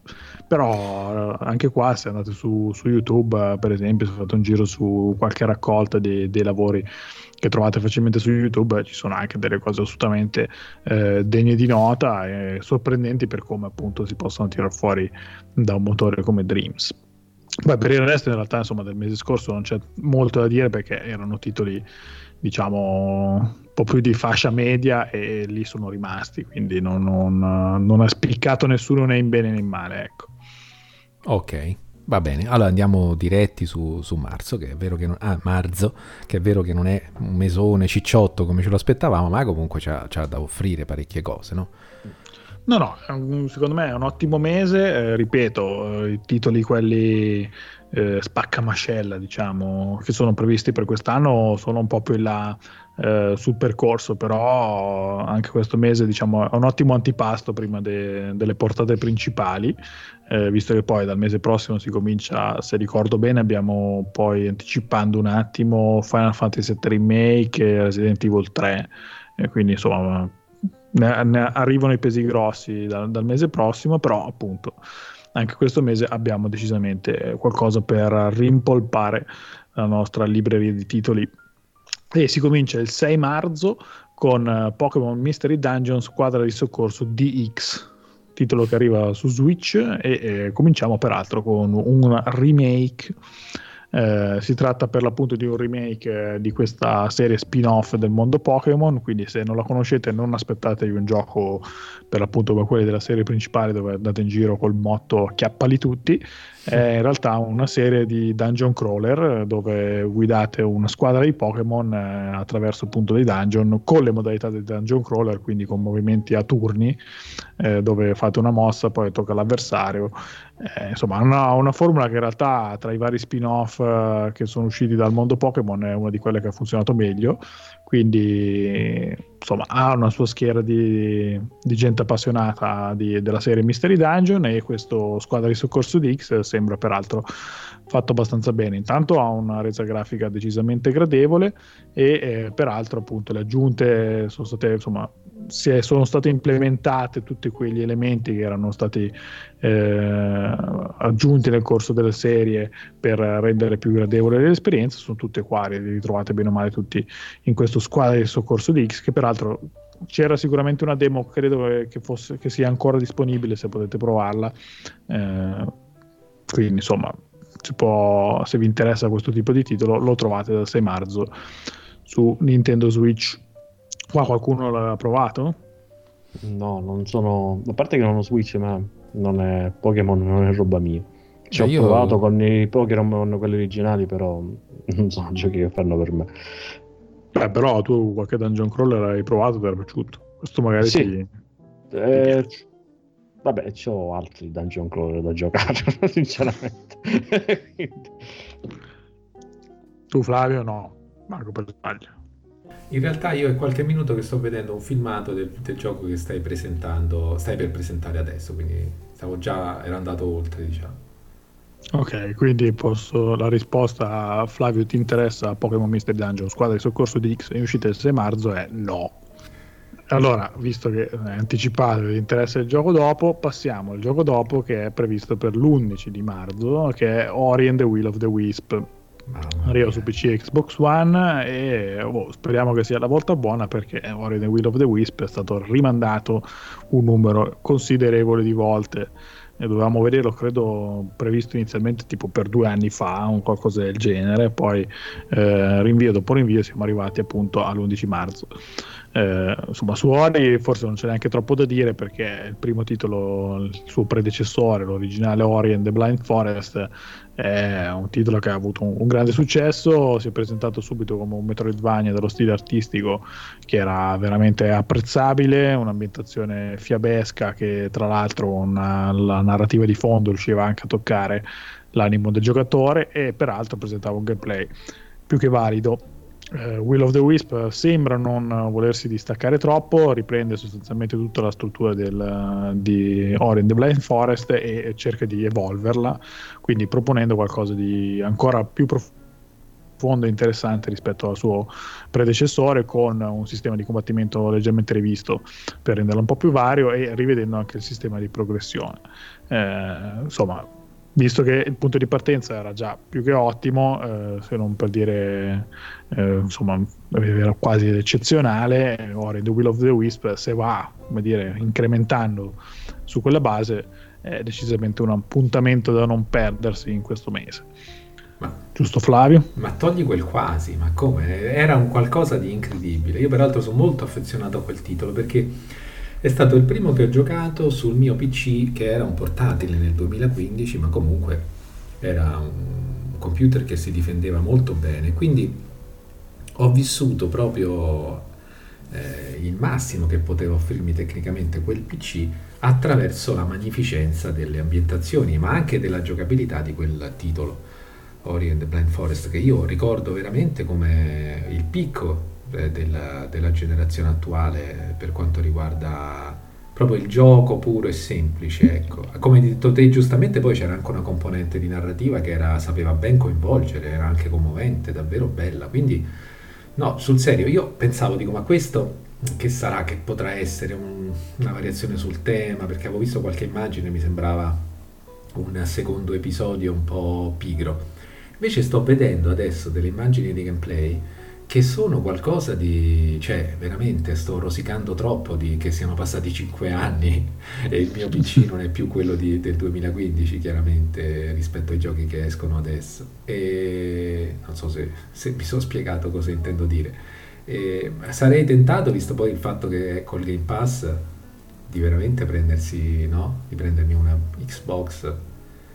Però anche qua, se andate su, su YouTube, per esempio, se fate un giro su qualche raccolta dei, dei lavori che trovate facilmente su YouTube, ci sono anche delle cose assolutamente eh, degne di nota e sorprendenti per come appunto si possono tirare fuori da un motore come Dreams. Poi per il resto in realtà, insomma, del mese scorso non c'è molto da dire perché erano titoli, diciamo, un po' più di fascia media e lì sono rimasti, quindi non, non, non ha spiccato nessuno né in bene né in male, ecco. Ok, va bene, allora andiamo diretti su, su marzo, che è vero che non, ah, marzo, che è vero che non è un mesone cicciotto come ce lo aspettavamo, ma comunque c'ha, c'ha da offrire parecchie cose, no? No, no, secondo me è un ottimo mese, eh, ripeto, i titoli quelli eh, spaccamascella, diciamo, che sono previsti per quest'anno sono un po' più in là eh, sul percorso, però anche questo mese, diciamo, è un ottimo antipasto prima de- delle portate principali, eh, visto che poi dal mese prossimo si comincia, se ricordo bene, abbiamo poi, anticipando un attimo, Final Fantasy sette Remake e Resident Evil tre, e quindi insomma ne, ne arrivano i pesi grossi dal, dal mese prossimo, però appunto anche questo mese abbiamo decisamente qualcosa per rimpolpare la nostra libreria di titoli. E si comincia il sei marzo con uh, Pokémon Mystery Dungeon Squadra di Soccorso D X, titolo che arriva su Switch, e, e cominciamo peraltro con un remake. Eh, si tratta per l'appunto di un remake eh, di questa serie spin-off del mondo Pokémon, quindi se non la conoscete non aspettatevi un gioco per l'appunto come quelli della serie principale dove andate in giro col motto chiappali tutti. È in realtà una serie di dungeon crawler dove guidate una squadra di Pokémon eh, attraverso appunto dei dungeon con le modalità del dungeon crawler, quindi con movimenti a turni eh, dove fate una mossa, poi tocca all'avversario. Eh, insomma, una, una formula che in realtà tra i vari spin-off eh, che sono usciti dal mondo Pokémon è una di quelle che ha funzionato meglio, quindi insomma ha una sua schiera di, di gente appassionata di, della serie Mystery Dungeon, e questo Squadra di Soccorso D X sembra peraltro fatto abbastanza bene. Intanto ha una resa grafica decisamente gradevole e eh, peraltro appunto le aggiunte sono state, insomma, si è, sono state implementate tutti quegli elementi che erano stati eh, aggiunti nel corso delle serie per rendere più gradevole l'esperienza, sono tutte qua, li ritrovate bene o male tutti in questo Squadra di Soccorso di X, che peraltro c'era sicuramente una demo, credo che, fosse, che sia ancora disponibile se potete provarla, eh, quindi insomma si può, se vi interessa questo tipo di titolo lo trovate dal sei marzo su Nintendo Switch. Qua qualcuno l'ha provato? No, non sono, a parte che non ho Switch, ma non è Pokémon, non è roba mia. Ci ho io... provato con i Pokémon, quelli originali, però non sono giochi che fanno per me. Eh, però tu qualche dungeon crawler hai provato, ti era piaciuto? Questo magari sì. ti... Eh, vabbè, c'ho altri dungeon crawler da giocare, sinceramente. Tu Flavio no, Marco per sbaglio. In realtà io è qualche minuto che sto vedendo un filmato del, del gioco che stai presentando, stai per presentare adesso, quindi stavo già, ero andato oltre, diciamo. Ok, quindi posso, la risposta a Flavio ti interessa Pokémon Mystery Dungeon Squadra di Soccorso di X in uscita il sei marzo è no. Allora, visto che è anticipato e ti interessa il gioco dopo, passiamo al gioco dopo che è previsto per l'undici di marzo, che è Ori and the Will of the Wisp. Arriva su P C e Xbox One e oh, speriamo che sia la volta buona, perché Ori and the Will of the Wisp è stato rimandato un numero considerevole di volte e dovevamo vederlo, credo previsto inizialmente tipo per due anni fa, un qualcosa del genere, poi eh, rinvio dopo rinvio siamo arrivati appunto all'undici marzo. Eh, insomma, su Ori forse non c'è neanche troppo da dire, perché il primo titolo, il suo predecessore, l'originale Ori and the Blind Forest, è un titolo che ha avuto un, un grande successo, si è presentato subito come un Metroidvania dello stile artistico che era veramente apprezzabile, un'ambientazione fiabesca che tra l'altro una, la narrativa di fondo riusciva anche a toccare l'animo del giocatore e peraltro presentava un gameplay più che valido. Uh, Will of the Wisp sembra non volersi distaccare troppo, riprende sostanzialmente tutta la struttura del, uh, di Ori and the Blind Forest e cerca di evolverla, quindi proponendo qualcosa di ancora più profondo e interessante rispetto al suo predecessore, con un sistema di combattimento leggermente rivisto per renderlo un po' più vario e rivedendo anche il sistema di progressione. Uh, insomma, visto che il punto di partenza era già più che ottimo, eh, se non per dire eh, insomma era quasi eccezionale, ora in The Will of the Wisp, se va, come dire, incrementando su quella base, è decisamente un appuntamento da non perdersi in questo mese. Ma, giusto Flavio? Ma togli quel quasi, ma come? Era un qualcosa di incredibile. Io peraltro sono molto affezionato a quel titolo, perché è stato il primo che ho giocato sul mio P C, che era un portatile nel duemilaquindici, ma comunque era un computer che si difendeva molto bene. Quindi ho vissuto proprio eh, il massimo che poteva offrirmi tecnicamente quel P C attraverso la magnificenza delle ambientazioni, ma anche della giocabilità di quel titolo, Ori and the Blind Forest, che io ricordo veramente come il picco Della, della generazione attuale per quanto riguarda proprio il gioco puro e semplice, ecco. Come hai detto te giustamente, poi c'era anche una componente di narrativa che era, sapeva ben coinvolgere, era anche commovente, davvero bella, quindi no, sul serio io pensavo, dico, ma questo che sarà, che potrà essere un, una variazione sul tema, perché avevo visto qualche immagine, mi sembrava un secondo episodio un po' pigro. Invece sto vedendo adesso delle immagini di gameplay che sono qualcosa di, cioè veramente sto rosicando troppo di che siano passati cinque anni e il mio P C non è più quello di, del duemilaquindici, chiaramente, rispetto ai giochi che escono adesso. E non so se, se mi sono spiegato cosa intendo dire. E sarei tentato, visto poi il fatto che col Game Pass, di veramente prendersi, no? Di prendermi una Xbox eh,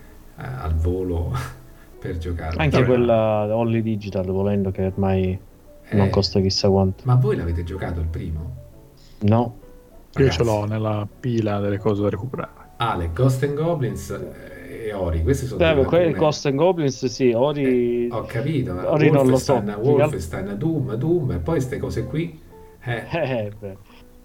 al volo per giocare. Anche Vabbè. quella Only Digital, volendo, che ormai non costa chissà quanto. Ma voi l'avete giocato il primo? No. Ragazzi. Io ce l'ho nella pila delle cose da recuperare. Ah, le Ghost and Goblins e Ori, questi sono eh, quelli Ghost and Goblins, sì, Ori eh, ho capito, ma Ori non lo so. Wolfenstein, Doom, Doom e poi queste cose qui eh. Eh, beh.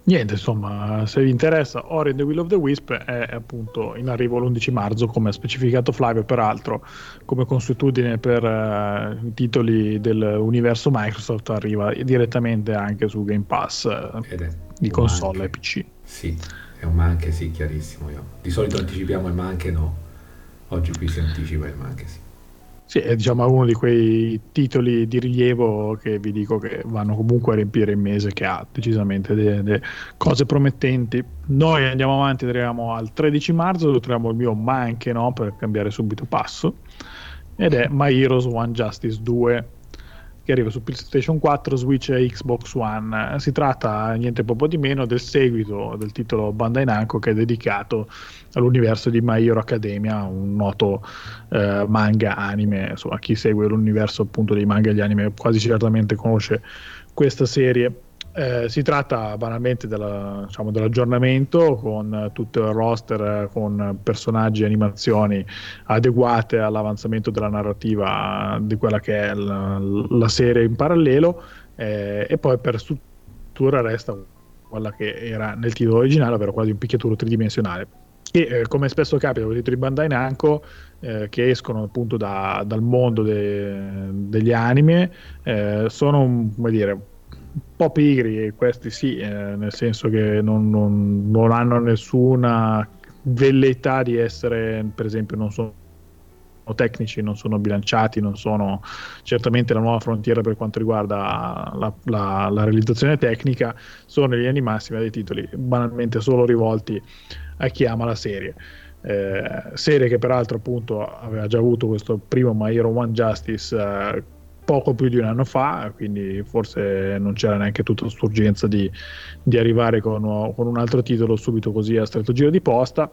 Niente, insomma, se vi interessa, Ori and the Will of the Wisp è appunto in arrivo l'undici marzo, come ha specificato Flavio, peraltro, come consuetudine per uh, i titoli dell'universo Microsoft, arriva direttamente anche su Game Pass uh, di console e P C. Sì, è un ma anche sì, chiarissimo. Io. Di solito anticipiamo il ma anche no, oggi qui si anticipa il ma anche sì. Sì, è diciamo uno di quei titoli di rilievo che vi dico che vanno comunque a riempire il mese, che ha decisamente delle cose promettenti. Noi andiamo avanti, arriviamo al tredici marzo, dove troviamo il mio ma anche no, per cambiare subito passo, ed è My Heroes One Justice due, che arriva su PlayStation quattro, Switch e Xbox One. Si tratta niente poco di meno del seguito del titolo Bandai Namco, che è dedicato all'universo di My Hero Academia, un noto eh, manga anime. Insomma, chi segue l'universo appunto dei manga e gli anime quasi certamente conosce questa serie. Eh, si tratta banalmente della, diciamo, dell'aggiornamento, con tutto il roster, con personaggi e animazioni adeguate all'avanzamento della narrativa di quella che è la, la serie in parallelo, eh, e poi per struttura resta quella che era nel titolo originale, ovvero quasi un picchiaturo tridimensionale. E eh, come spesso capita con i titoli Bandai Namco, eh, che escono appunto da, dal mondo de, degli anime, eh, sono, come dire, un po' pigri, questi sì, eh, nel senso che non, non, non hanno nessuna velleità di essere, per esempio, non sono tecnici, non sono bilanciati, non sono certamente la nuova frontiera per quanto riguarda la, la, la realizzazione tecnica. Sono in linea di massima dei titoli banalmente solo rivolti a chi ama la serie. Eh, serie che peraltro appunto aveva già avuto questo primo My Hero One Justice eh, poco più di un anno fa, quindi forse non c'era neanche tutta l'urgenza di, di arrivare con, con un altro titolo subito così a stretto giro di posta.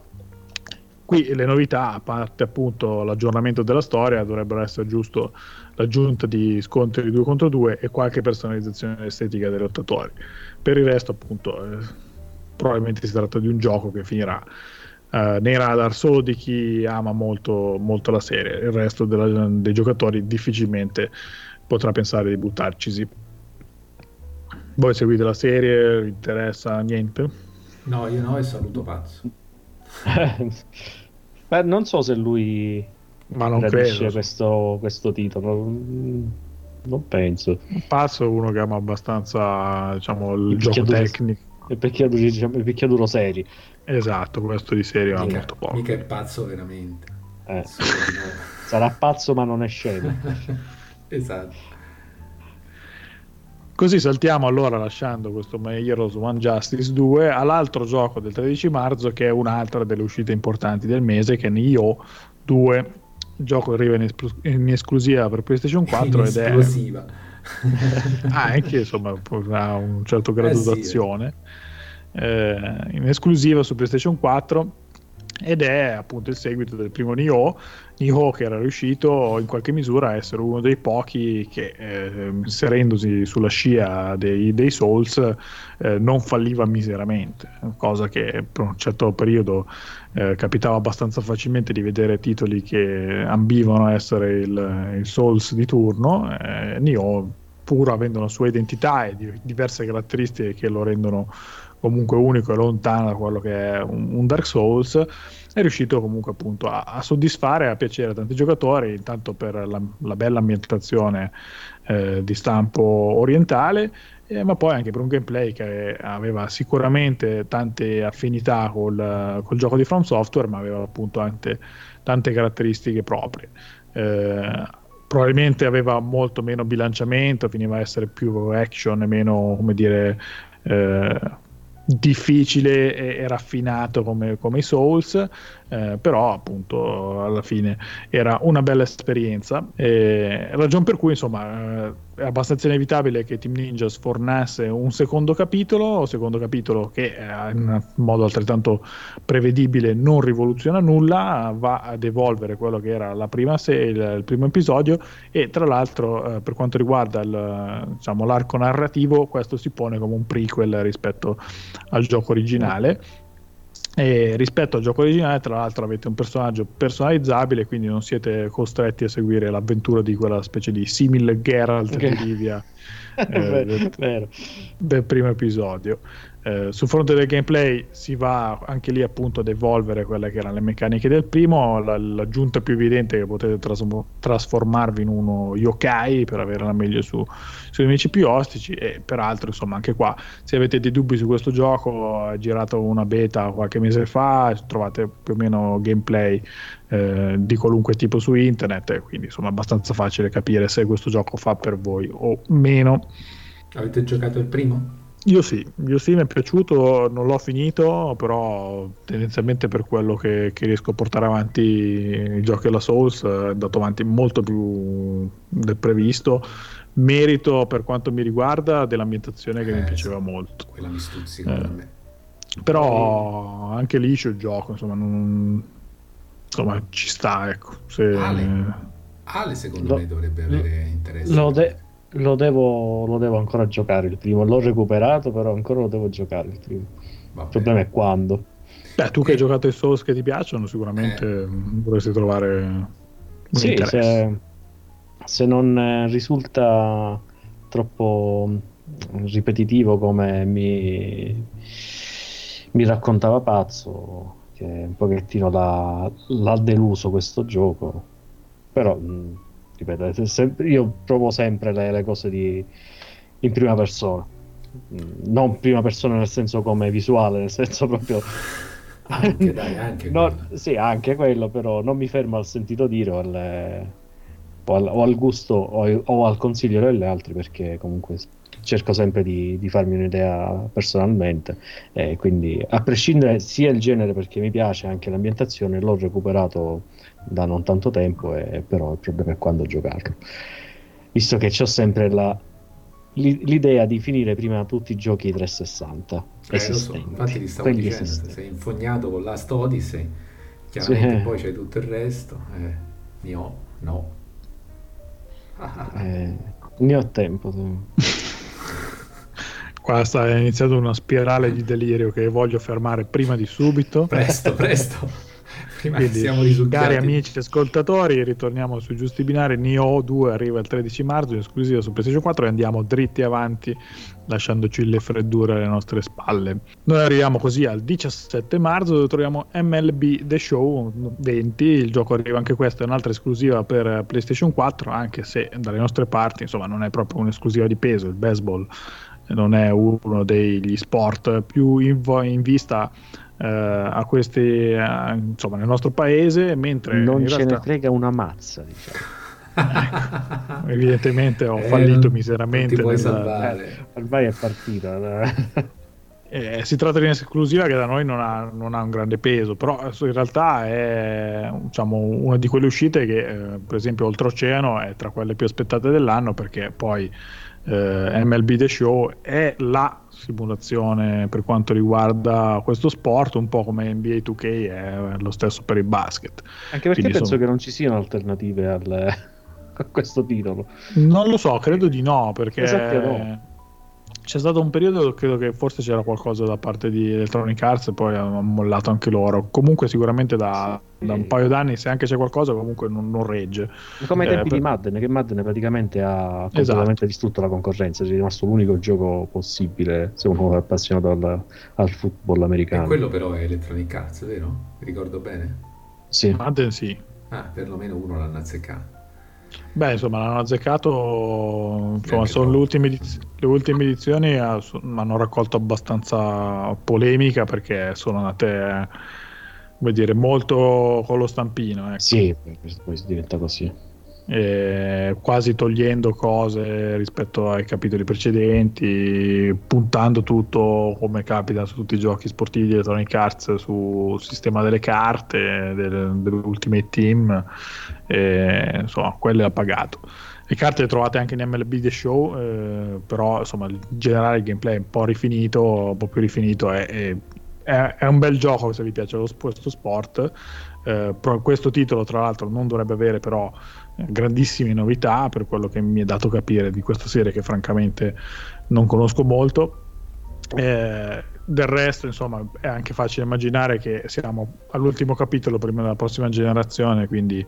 Qui le novità, a parte appunto l'aggiornamento della storia, dovrebbero essere giusto l'aggiunta di scontri due contro due e qualche personalizzazione estetica dei lottatori. Per il resto appunto eh, probabilmente si tratta di un gioco che finirà Uh, nei radar solo di chi ama molto, molto la serie. Il resto della, dei giocatori difficilmente potrà pensare di buttarcisi. Voi seguite la serie? Vi interessa niente? No, io no, e saluto Pazzo. Beh, non so se lui ma non gradisce credo questo, questo titolo, non penso. Pazzo è uno che ama abbastanza, diciamo, il, il gioco tecnico, il picchiaduro, diciamo, il picchiaduro serio. Esatto, questo di serio ha mica, molto poco. Mica è pazzo veramente. Eh. Sarà pazzo ma non è scemo. Esatto. Così saltiamo allora, lasciando questo My Heroes One Justice due, all'altro gioco del tredici marzo, che è un'altra delle uscite importanti del mese, che è Nioh due. Il gioco arriva in, espl- in esclusiva per PlayStation quattro ed è esclusiva. ah, anche insomma ha un certo grado eh sì, d'azione. Eh, in esclusiva su PlayStation quattro, ed è appunto il seguito del primo Nioh Nioh che era riuscito in qualche misura a essere uno dei pochi che eh, inserendosi sulla scia dei, dei Souls eh, non falliva miseramente, cosa che per un certo periodo eh, capitava abbastanza facilmente di vedere titoli che ambivano a essere il, il Souls di turno. eh, Nioh, pur avendo una sua identità e di, diverse caratteristiche che lo rendono comunque unico e lontano da quello che è un, un Dark Souls, è riuscito comunque appunto a, a soddisfare e a piacere a tanti giocatori, intanto per la, la bella ambientazione eh, di stampo orientale, eh, ma poi anche per un gameplay che aveva sicuramente tante affinità col, col gioco di From Software, ma aveva appunto anche tante caratteristiche proprie. Eh, probabilmente aveva molto meno bilanciamento, finiva a essere più action e meno, come dire, eh, difficile e, e raffinato come, come i Souls, eh, però appunto alla fine era una bella esperienza, eh, ragion per cui insomma eh, è abbastanza inevitabile che Team Ninja sfornasse un secondo capitolo, secondo capitolo che eh, in modo altrettanto prevedibile non rivoluziona nulla, va ad evolvere quello che era la prima se- il, il primo episodio, e tra l'altro eh, per quanto riguarda il, diciamo, l'arco narrativo, questo si pone come un prequel rispetto al gioco originale. E rispetto al gioco originale, tra l'altro, avete un personaggio personalizzabile, quindi non siete costretti a seguire l'avventura di quella specie di simil Geralt di Rivia eh, del, del primo episodio. Eh, sul fronte del gameplay si va anche lì appunto ad evolvere quelle che erano le meccaniche del primo. La, l'aggiunta più evidente è che potete tras- trasformarvi in uno yokai per avere la meglio su, sui nemici più ostici, e peraltro insomma anche qua, se avete dei dubbi su questo gioco, è girato una beta qualche mese fa, trovate più o meno gameplay eh, di qualunque tipo su internet, quindi insomma è abbastanza facile capire se questo gioco fa per voi o meno. Avete giocato il primo? Io sì, io sì, mi è piaciuto, non l'ho finito, però tendenzialmente per quello che, che riesco a portare avanti i giochi alla Souls è andato avanti molto più del previsto. Merito, per quanto mi riguarda, dell'ambientazione che eh, mi piaceva sì. molto. Quella mi stuzzica eh. a me. Però anche lì c'è il gioco, insomma, non, insomma ci sta, ecco. Se... Ale, Ale secondo lo, me dovrebbe avere interesse. Lo de- Lo devo, lo devo ancora giocare il primo. L'ho recuperato, però ancora lo devo giocare il primo. Vabbè. Il problema è quando. Beh, tu che eh. hai giocato i Souls che ti piacciono, sicuramente eh. dovresti trovare un sì, interesse. Se, se non risulta troppo ripetitivo come mi, mi raccontava Pazzo, che un pochettino l'ha, l'ha deluso questo gioco, però ripeto, se, io provo sempre le, le cose di, in prima persona, non prima persona nel senso come visuale, nel senso proprio anche, dai, anche no, sì, anche quello, però non mi fermo al sentito dire o, alle, o, al, o al gusto o, o al consiglio degli altri, perché comunque cerco sempre di, di farmi un'idea personalmente, e quindi a prescindere sia il genere, perché mi piace anche l'ambientazione, l'ho recuperato da non tanto tempo, e però il problema è quando giocarlo, visto che c'ho sempre la, l'idea di finire prima tutti i giochi trecentosessanta eh, esistenti. Lo so, infatti ti stavo dicendo, esistenti. Sei infognato con Last Odyssey, chiaramente sì. Poi c'è tutto il resto, eh, no, no. eh, ne ho tempo. Qua sta iniziando una spirale di delirio che voglio fermare prima di subito. Presto, presto. Prima Quindi, siamo risucchiati. Cari amici ascoltatori, ritorniamo sui giusti binari. Nioh due arriva il tredici marzo in esclusiva su PlayStation quattro e andiamo dritti avanti, lasciandoci le freddure alle nostre spalle. Noi arriviamo così al diciassette marzo, dove troviamo M L B The Show venti. Il gioco arriva anche questo, è un'altra esclusiva per PlayStation quattro, anche se dalle nostre parti insomma non è proprio un'esclusiva di peso. Il baseball non è uno degli sport più in, in vista Uh, a questi uh, insomma nel nostro paese, mentre non in ce realtà... ne frega una mazza, diciamo. Ecco, evidentemente ho fallito eh, miseramente ti puoi nel... salvare. Eh, ormai è partita. eh, si tratta di un'esclusiva che da noi non ha, non ha un grande peso, però in realtà è, diciamo, una di quelle uscite che eh, per esempio oltreoceano è tra quelle più aspettate dell'anno, perché poi eh, M L B The Show è la simulazione per quanto riguarda questo sport, un po' come N B A due K è lo stesso per il basket. Anche perché Quindi penso sono... che non ci siano alternative al... a questo titolo. Non lo so, credo di no, perché esatto, no. C'è stato un periodo, credo che forse c'era qualcosa da parte di Electronic Arts e poi hanno mollato anche loro. Comunque sicuramente da, sì. da un paio d'anni, se anche c'è qualcosa, comunque non, non regge. Come ai tempi eh, di Madden, che Madden praticamente ha completamente esatto. distrutto la concorrenza, è rimasto l'unico gioco possibile se uno è appassionato al, al football americano. E quello però è Electronic Arts, vero? Ricordo bene? Sì. Madden sì. Ah, perlomeno uno l'hanno azzeccato. Beh, insomma, l'hanno azzeccato. Insomma, sono le ultime, ediz- le ultime edizioni eh, so- hanno raccolto abbastanza polemica, perché sono andate, come dire, molto con lo stampino. Ecco. Sì, poi si diventa così. E quasi togliendo cose rispetto ai capitoli precedenti, puntando tutto, come capita su tutti i giochi sportivi di Electronic Arts, sul sistema delle carte del, dell'Ultimate Team, e, insomma, quello ha pagato. Le carte le trovate anche in M L B The Show, eh, però insomma in generale il gameplay è un po' rifinito, un po' più rifinito, è, è, è, è un bel gioco se vi piace lo, questo sport. Eh, questo titolo tra l'altro non dovrebbe avere però grandissime novità, per quello che mi è dato capire di questa serie, che francamente non conosco molto. Eh, del resto insomma è anche facile immaginare che siamo all'ultimo capitolo prima della prossima generazione, quindi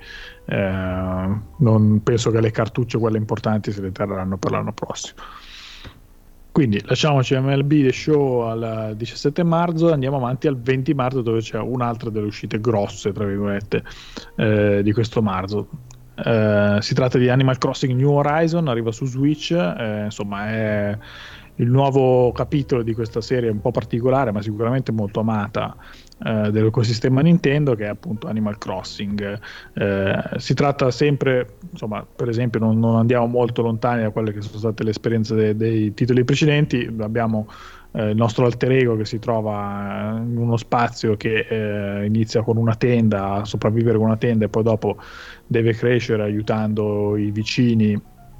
eh, non penso che le cartucce, quelle importanti, se le terranno per l'anno prossimo. Quindi lasciamoci M L B The Show al diciassette marzo, andiamo avanti al venti marzo, dove c'è un'altra delle uscite grosse, tra virgolette, eh, di questo marzo. Eh, si tratta di Animal Crossing New Horizon, arriva su Switch, eh, insomma è il nuovo capitolo di questa serie un po' particolare, ma sicuramente molto amata, eh, dell'ecosistema Nintendo, che è appunto Animal Crossing. Eh, si tratta sempre, insomma, per esempio, non, non andiamo molto lontani da quelle che sono state le esperienze de- dei titoli precedenti. Abbiamo eh, il nostro alter ego che si trova in uno spazio che eh, inizia con una tenda, a sopravvivere con una tenda, e poi dopo deve crescere aiutando i vicini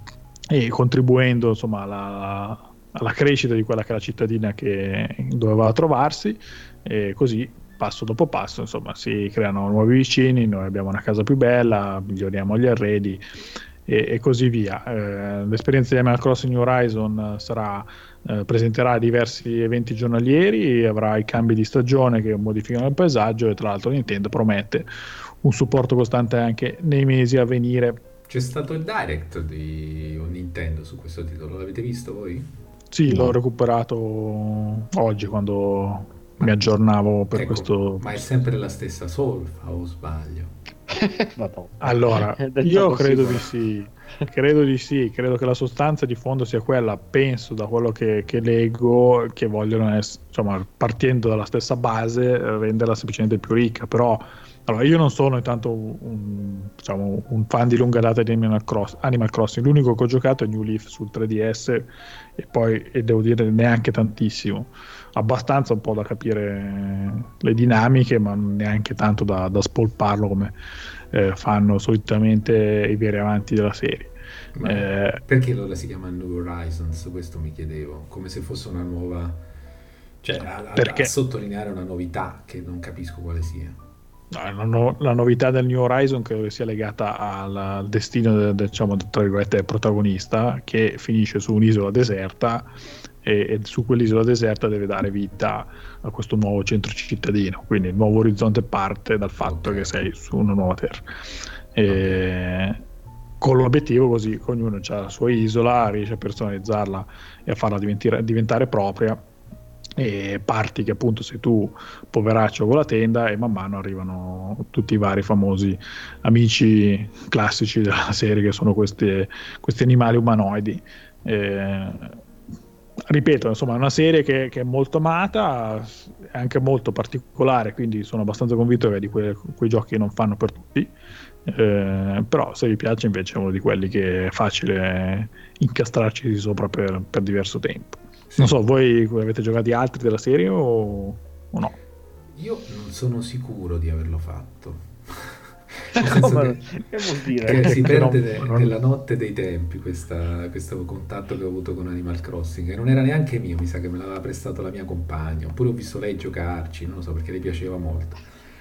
e contribuendo, insomma, alla, alla crescita di quella che è la cittadina che doveva trovarsi, e così passo dopo passo, insomma, si creano nuovi vicini, noi abbiamo una casa più bella, miglioriamo gli arredi e, e così via. Eh, l'esperienza di Animal Crossing New Horizon sarà, eh, presenterà diversi eventi giornalieri, avrà i cambi di stagione che modificano il paesaggio, e tra l'altro Nintendo promette un supporto costante anche nei mesi a venire. C'è stato il direct di Nintendo su questo titolo, l'avete visto voi? Sì, No. l'ho recuperato oggi quando mi aggiornavo per Ecco, questo. ma è sempre la stessa solfa o sbaglio? Madonna. Allora, È detto io così, credo però. di sì, credo di sì, credo che la sostanza di fondo sia quella, penso da quello che, che leggo, che vogliono essere, insomma, partendo dalla stessa base, renderla semplicemente più ricca. Però allora, io non sono intanto un, diciamo, un fan di lunga data di Animal, Cross, Animal Crossing. L'unico che ho giocato è New Leaf sul tre D S, e poi, e devo dire, neanche tantissimo, abbastanza un po' da capire le dinamiche, ma neanche tanto da, da spolparlo come eh, fanno solitamente i veri amanti della serie. Ma Eh, perché allora si chiama New Horizons? Questo mi chiedevo, come se fosse una nuova, cioè a, a- Perché? a sottolineare una novità che non capisco quale sia. No, no, no, la novità del New Horizon credo che sia legata al, al destino del, del, diciamo, tra virgolette, del protagonista, che finisce su un'isola deserta, e, e su quell'isola deserta deve dare vita a questo nuovo centro cittadino. Quindi il nuovo orizzonte parte dal fatto Ok. che sei su una nuova terra, e, con l'obiettivo così che ognuno ha la sua isola, riesce a personalizzarla e a farla diventare, diventare propria, e parti che appunto sei tu, poveraccio, con la tenda, e man mano arrivano tutti i vari famosi amici classici della serie, che sono questi, questi animali umanoidi. Eh, ripeto, insomma, è una serie che, che è molto amata, è anche molto particolare, quindi sono abbastanza convinto che è di que- quei giochi che non fanno per tutti. Eh, però se vi piace invece è uno di quelli che è facile incastrarci sopra per, per diverso tempo. Non so, voi avete giocati altri della serie o, o no? Io non sono sicuro di averlo fatto. Come- che vuol dire? Che si Che perde non- ne- nella notte dei tempi questa- questo contatto che ho avuto con Animal Crossing, e non era neanche mio, mi sa che me l'aveva prestato la mia compagna, oppure ho visto lei giocarci, non lo so, perché le piaceva molto.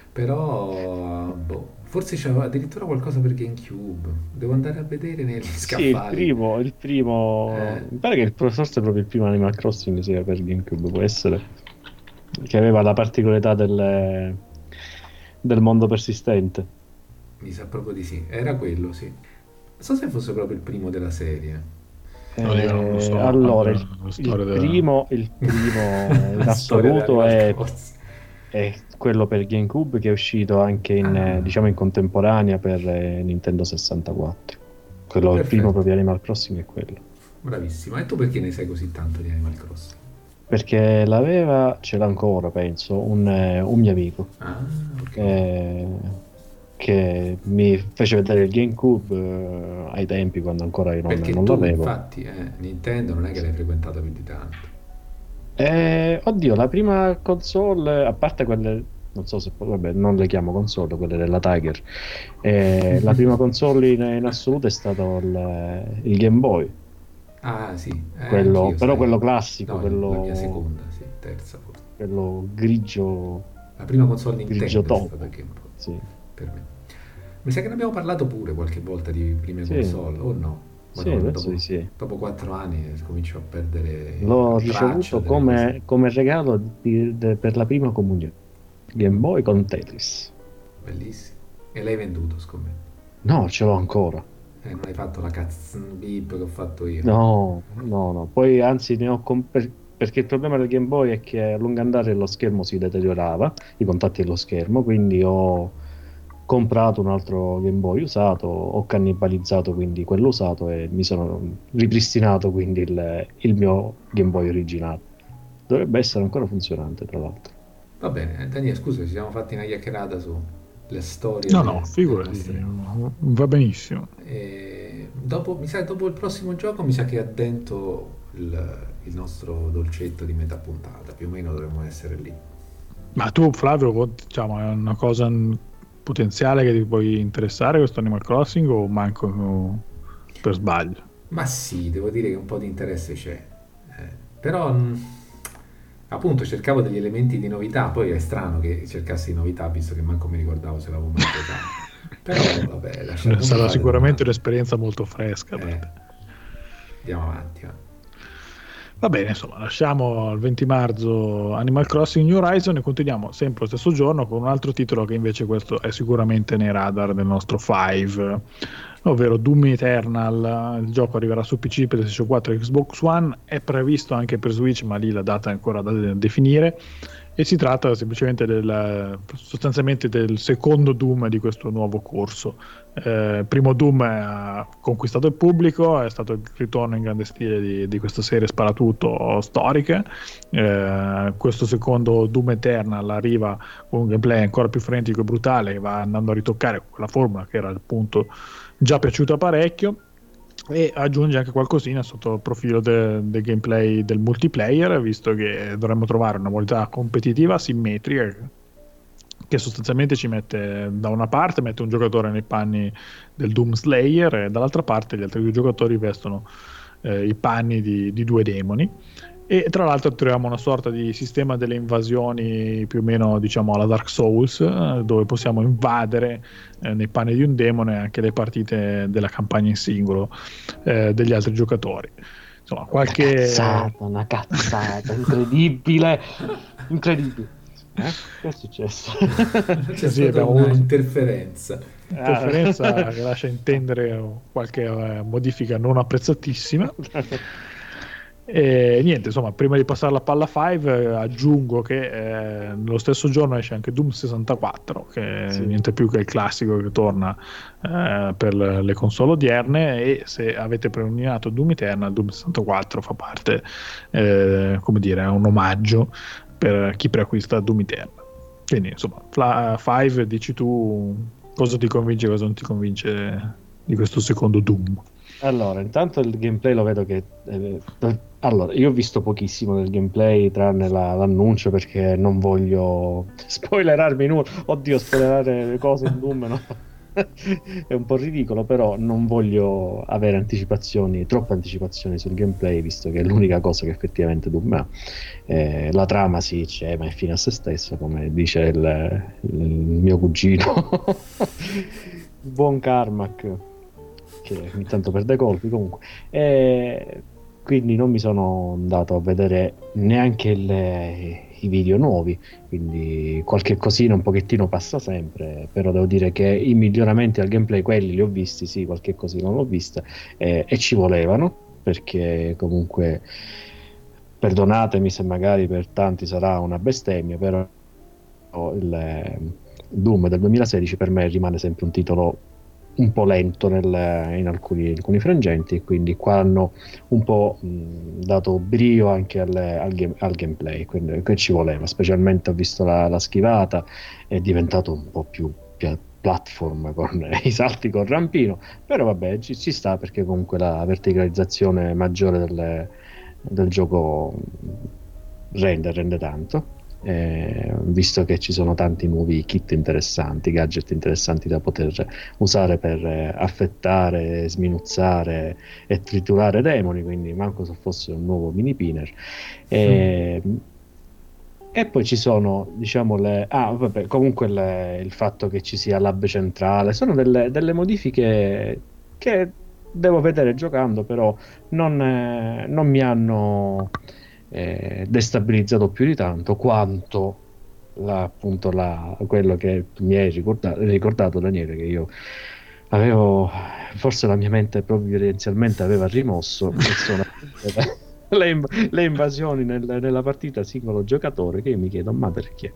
Però boh, forse c'era addirittura qualcosa per GameCube, devo andare a vedere negli Sì, il scaffali. primo, il primo Eh. mi pare che il, forse proprio il primo Animal Crossing sia per GameCube, può essere, che aveva la particolarità del, del mondo persistente. Mi sa proprio di sì, era quello, sì. Non so se fosse proprio il primo della serie. No, io non lo so. Eh, allora, il, La storia il della- primo, il primo in La storia di assoluto Animal è, Crossing. è quello per GameCube, che è uscito anche in, Ah. eh, diciamo in contemporanea per eh, Nintendo sessantaquattro. Quello, il Perfetto. primo proprio Animal Crossing è quello. Bravissimo. E tu perché ne sai così tanto di Animal Crossing? Perché l'aveva, ce l'ha ancora, penso, un, eh, un mio amico. Ah, ok. eh, che mi fece vedere il GameCube eh, ai tempi quando ancora io non, Perché non tu, l'avevo. infatti, eh, Nintendo non è che l'hai frequentata più di tanto. Eh, oddio, la prima console, a parte quelle, non so se vabbè, non le chiamo console, quelle della Tiger. Eh, la prima console in, in assoluto è stato il, il Game Boy, Ah, sì. Eh, quello, anch'io, però sai. quello classico, No, quello, la mia seconda, sì, terza forse. quello grigio, La prima console Nintendo grigio è top. stata Game Boy, Sì. per me. Mi sa che ne abbiamo parlato pure qualche volta di prime Sì. console, o no? Sì, Madonna, penso dopo, di sì. dopo quattro anni comincio a perdere L'ho traccia ricevuto delle come, cose. come regalo di- de- per la prima comunione. Game Boy con Tetris. Bellissimo. E l'hai venduto, scommetto. No, ce l'ho ancora. Eh, non hai fatto la cazzo beep che ho fatto io. No, no, no. Poi anzi ne ho comp- per- perché il problema del Game Boy è che a lungo andare lo schermo si deteriorava, i contatti dello schermo, quindi ho comprato un altro Game Boy usato, ho cannibalizzato quindi quello usato e mi sono ripristinato quindi il, il mio Game Boy originale. Dovrebbe essere ancora funzionante, tra l'altro. Va bene, eh, Daniele, scusa, ci siamo fatti una chiacchierata sulle storie. No, delle- no, delle figurati, nostre- va benissimo. E dopo, mi sa, dopo il prossimo gioco mi sa che addento il, il nostro dolcetto di metà puntata, più o meno dovremmo essere lì. Ma tu, Flavio, diciamo, è una cosa potenziale che ti puoi interessare questo Animal Crossing o manco per sbaglio? Ma sì, devo dire che un po' di interesse c'è. Eh, però mh, appunto cercavo degli elementi di novità, poi è strano che cercassi di novità visto che manco mi ricordavo se l'avevo mai giocato. Però vabbè, lasciamo Sarà fare sicuramente domani. un'esperienza molto fresca per Eh, te. andiamo avanti. Va. Va bene, insomma, lasciamo il venti marzo Animal Crossing New Horizon e continuiamo sempre lo stesso giorno con un altro titolo che invece questo è sicuramente nei radar del nostro Five, ovvero Doom Eternal. Il gioco arriverà su P C, PlayStation quattro e Xbox One, è previsto anche per Switch, ma lì la data è ancora da definire. E si tratta semplicemente del, sostanzialmente del secondo Doom di questo nuovo corso. Eh, primo Doom ha conquistato il pubblico, è stato il ritorno in grande stile di, di questa serie sparatutto storiche. Eh, questo secondo Doom Eternal arriva con un gameplay ancora più frenetico e brutale, che va andando a ritoccare quella formula che era appunto già piaciuta parecchio, e aggiunge anche qualcosina sotto il profilo del de gameplay del multiplayer, visto che dovremmo trovare una modalità competitiva simmetrica che sostanzialmente ci mette, da una parte mette un giocatore nei panni del Doom Slayer e dall'altra parte gli altri due giocatori vestono eh, i panni di, di due demoni. E tra l'altro troviamo una sorta di sistema delle invasioni più o meno, diciamo, alla Dark Souls, eh, dove possiamo invadere eh, nei panni di un demone anche le partite della campagna in singolo eh, degli altri giocatori. Insomma, qualche Una cazzata, una cazzata, incredibile, incredibile. Eh? Che è successo? C'è Sì, stata abbiamo una un- interferenza. interferenza che lascia intendere qualche eh, modifica non apprezzatissima. E niente, insomma, prima di passare la palla Five, eh, aggiungo che eh, nello stesso giorno esce anche Doom sessantaquattro, che Sì. è niente più che il classico che torna eh, per le console odierne, e se avete preordinato Doom Eternal, Doom sessantaquattro fa parte, eh, come dire, è un omaggio per chi preacquista Doom Eternal. Quindi insomma, Fla- Five, dici tu cosa ti convince e cosa non ti convince di questo secondo Doom. Allora, intanto il gameplay lo vedo che... eh, allora, io ho visto pochissimo del gameplay tranne la- l'annuncio perché non voglio spoilerarmi nulla. Oddio, spoilerare le cose in Doom, no? È un po' ridicolo, però non voglio avere anticipazioni, troppe anticipazioni sul gameplay, visto che è l'unica cosa che effettivamente Doom ha. Eh, la trama sì c'è, ma è fine a se stessa, come dice il, il mio cugino. Buon Carmack, che ogni tanto perde colpi comunque. E quindi non mi sono andato a vedere neanche le- i video nuovi, quindi qualche cosina un pochettino passa sempre, però devo dire che i miglioramenti al gameplay quelli li ho visti, sì, qualche cosina l'ho vista, eh, e ci volevano, perché comunque perdonatemi se magari per tanti sarà una bestemmia, però il eh, Doom del duemilasedici per me rimane sempre un titolo un po' lento nel- in alcuni, alcuni frangenti, e quindi qua hanno un po' mh, dato brio anche al, al, game- al gameplay, quindi che ci voleva, specialmente ho visto la, la schivata, è diventato un po' più pia- platform con i salti col rampino, però vabbè ci, ci sta, perché comunque la verticalizzazione maggiore del, del gioco rende, rende tanto. Eh, visto che ci sono tanti nuovi kit interessanti, gadget interessanti da poter usare per eh, affettare, sminuzzare e triturare demoni, quindi manco se fosse un nuovo mini pinner. E, e poi ci sono, diciamo, le... Ah, vabbè, comunque le- il fatto che ci sia l'hub centrale, sono delle, delle modifiche che devo vedere giocando, però non, eh, non mi hanno eh, destabilizzato più di tanto quanto la- appunto la, quello che mi hai ricordato, ricordato Daniele, che io avevo, forse la mia mente provvidenzialmente aveva rimosso che sono le, inv- le invasioni nel- nella partita singolo giocatore, che io mi chiedo ma perché?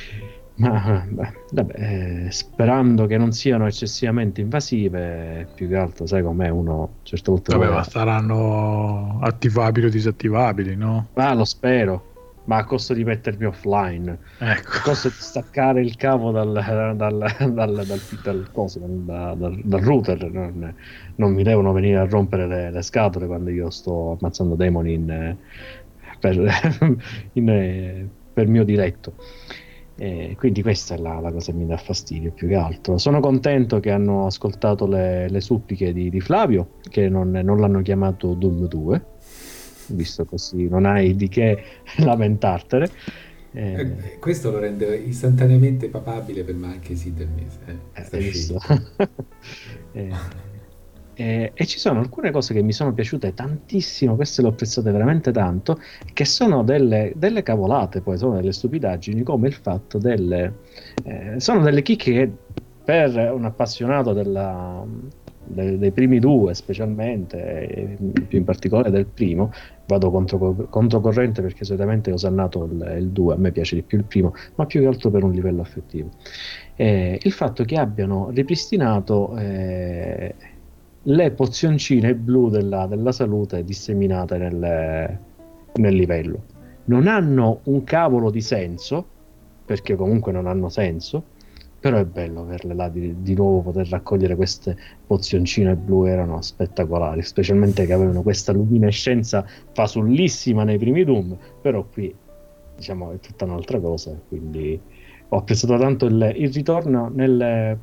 Ma beh, vabbè, eh, sperando che non siano eccessivamente invasive, più che altro, sai com'è, uno certe volte Vabbè, vuole- ma saranno attivabili o disattivabili, no? Ah, lo spero, ma a costo di mettermi offline, a Ecco. costo di staccare il cavo dal, dal, dal, dal, dal, dal coso, dal- dal- dal router. Non, non mi devono venire a rompere le, le scatole quando io sto ammazzando demoni in, eh, per, in, eh, per mio diletto. E quindi questa è la, la cosa che mi dà fastidio più che altro. Sono contento che hanno ascoltato le, le suppliche di, di Flavio, che non, non l'hanno chiamato Doom due, visto così non hai di che lamentartene. Eh, Eh, questo lo rende istantaneamente papabile per Marchesi del mese. Eh, eh, sta hai visto? scelta. Eh, eh, e ci sono alcune cose che mi sono piaciute tantissimo, queste le ho apprezzate veramente tanto, che sono delle, delle cavolate, poi sono delle stupidaggini, come il fatto delle... eh, sono delle chicche che per un appassionato della, de- dei primi due specialmente, e più in particolare del primo, vado contro, controcorrente perché solitamente ho osannato il, il due, a me piace di più il primo, ma più che altro per un livello affettivo. Eh, il fatto che abbiano ripristinato eh, le pozioncine blu della, della salute disseminate nel, nel livello. Non hanno un cavolo di senso, perché comunque non hanno senso, però è bello averle là di, di nuovo, poter raccogliere queste pozioncine blu, erano spettacolari, specialmente che avevano questa luminescenza fasullissima nei primi Doom, però qui diciamo è tutta un'altra cosa, quindi ho apprezzato tanto il, il ritorno nel,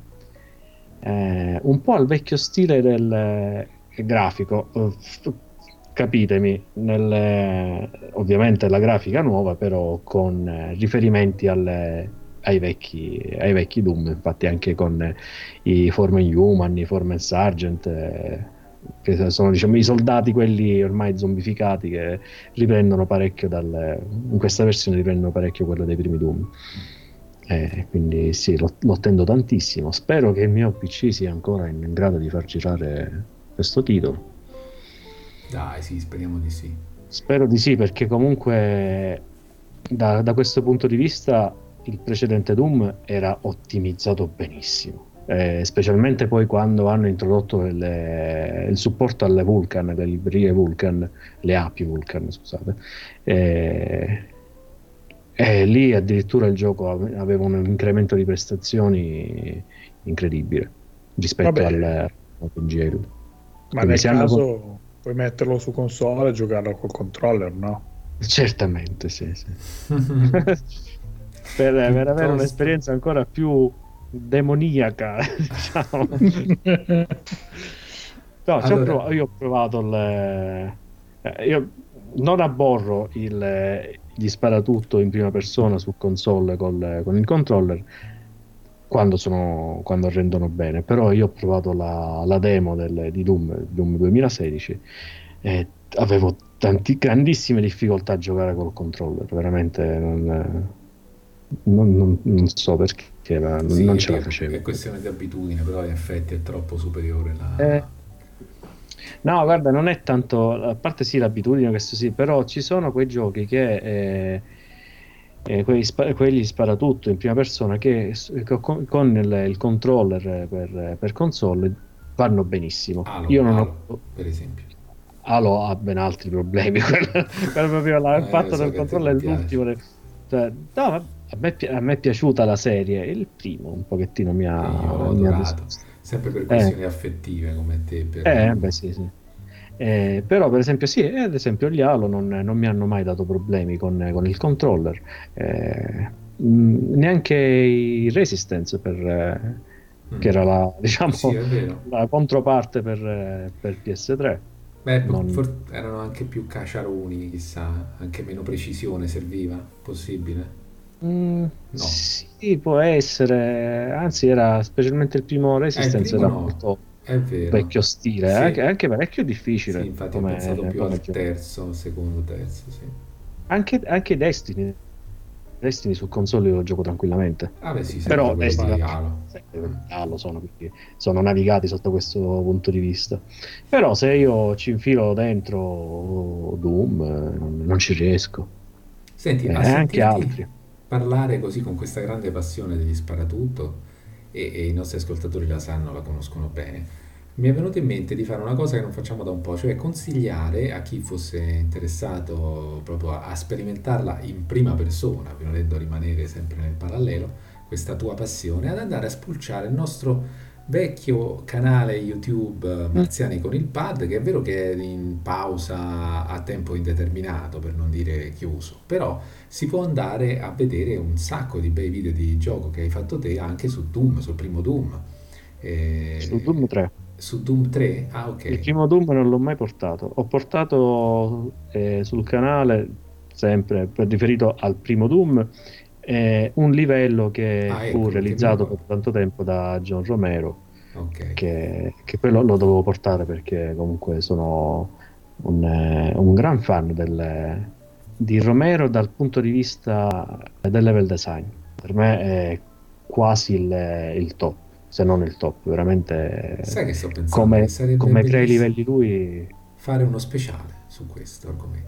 eh, un po' al vecchio stile del eh, grafico, eh, capitemi, nel, eh, ovviamente la grafica nuova, però con eh, riferimenti alle, ai vecchi, ai vecchi Doom, infatti anche con eh, i Foreman Human, i Foreman Sergeant, eh, che sono diciamo i soldati quelli ormai zombificati che riprendono parecchio dal, in questa versione riprendono parecchio quello dei primi Doom. Eh, quindi sì, lo, lo attendo tantissimo. Spero che il mio P C sia ancora in, in grado di far girare questo titolo. Dai, sì, speriamo di sì. Spero di sì, perché comunque da, da questo punto di vista il precedente Doom era ottimizzato benissimo. Eh, specialmente poi quando hanno introdotto le, il supporto alle Vulkan, le librerie Vulkan, le api Vulkan, scusate. Eh, E lì addirittura il gioco ave- aveva un incremento di prestazioni incredibile rispetto Vabbè. al OpenGL. Ma Quindi nel se hanno- caso puoi metterlo su console e giocarlo col controller, no? Certamente, sì, sì. per, per avere Piuttosto. un'esperienza ancora più demoniaca, diciamo. No, ci ho Allora- provato- io ho provato il, eh, io non abborro il, gli sparatutto in prima persona su console col- con il controller quando, sono, quando rendono bene, però io ho provato la, la demo del- di Doom, Doom duemilasedici, e avevo tanti, grandissime difficoltà a giocare col controller, veramente non, non- non- non so perché, ma Sì, non ce la è- facevo. È questione di abitudine, però in effetti è troppo superiore la... Eh, No, guarda, non è tanto, a parte sì l'abitudine, questo sì, però ci sono quei giochi che, eh, eh, quei spa- quelli sparatutto in prima persona che s- co- con, con il, il controller per, per console vanno benissimo. Halo, Io non Halo, ho... per esempio. Halo ha ben altri problemi, quello, quello proprio la- il Eh, fatto lo so del che a te controller non è piace. l'ultimo. del- cioè, no, ma a me, pi- a me è piaciuta la serie, il primo un pochettino mi ha... E io l'ho mi ha adorato, disgustato. sempre per Eh. questioni affettive come te. Per... Eh, beh, sì, sì. Eh, però, per esempio, sì, eh, ad esempio, gli Halo non, non mi hanno mai dato problemi con, con il controller, eh, mh, neanche i Resistance, per, eh, Mm. che era la, diciamo, Sì, è vero. la controparte per, eh, per P S tre. Beh, Non- for- erano anche più cacciaroni, chissà, anche meno precisione serviva, possibile? Mm, No. Sì, può essere, anzi, era specialmente il primo Resistance, primo era no. molto È vero. vecchio stile, Sì. anche, anche parecchio difficile. Sì, infatti come- ho pensato più come al gioco. terzo, secondo, terzo, sì. Anche, anche Destiny Destiny su console io lo gioco tranquillamente. Ah beh sì, Però sempre Destiny quello di Halo. ah, lo sono, perché sono navigati sotto questo punto di vista. Però se io ci infilo dentro Doom eh, non, non ci riesco. Senti, E a anche sentirti altri. parlare così con questa grande passione degli sparatutto, e, e i nostri ascoltatori la sanno, la conoscono bene, mi è venuto in mente di fare una cosa che non facciamo da un po', cioè consigliare a chi fosse interessato proprio a, a sperimentarla in prima persona, volendo rimanere sempre nel parallelo, questa tua passione, ad andare a spulciare il nostro vecchio canale YouTube eh, Marziani con il Pad, che è vero che è in pausa a tempo indeterminato, per non dire chiuso, però si può andare a vedere un sacco di bei video di gioco che hai fatto te anche su Doom, sul primo Doom. Eh, Su Doom tre. Su Doom tre? Ah, Il ok. primo Doom non l'ho mai portato. Ho portato eh, sul canale, sempre per riferito al primo Doom, eh, un livello che Ah, fu ecco, che mi realizzato per ricordo. tanto tempo da John Romero, Ok. che, che quello lo dovevo portare perché comunque sono un, eh, un gran fan del- di Romero dal punto di vista del level design. Per me è quasi il, il top, se non il top, veramente Sai che sto pensando che come, sarebbe come crea i bellissimo livelli lui. fare uno speciale su questo argomento.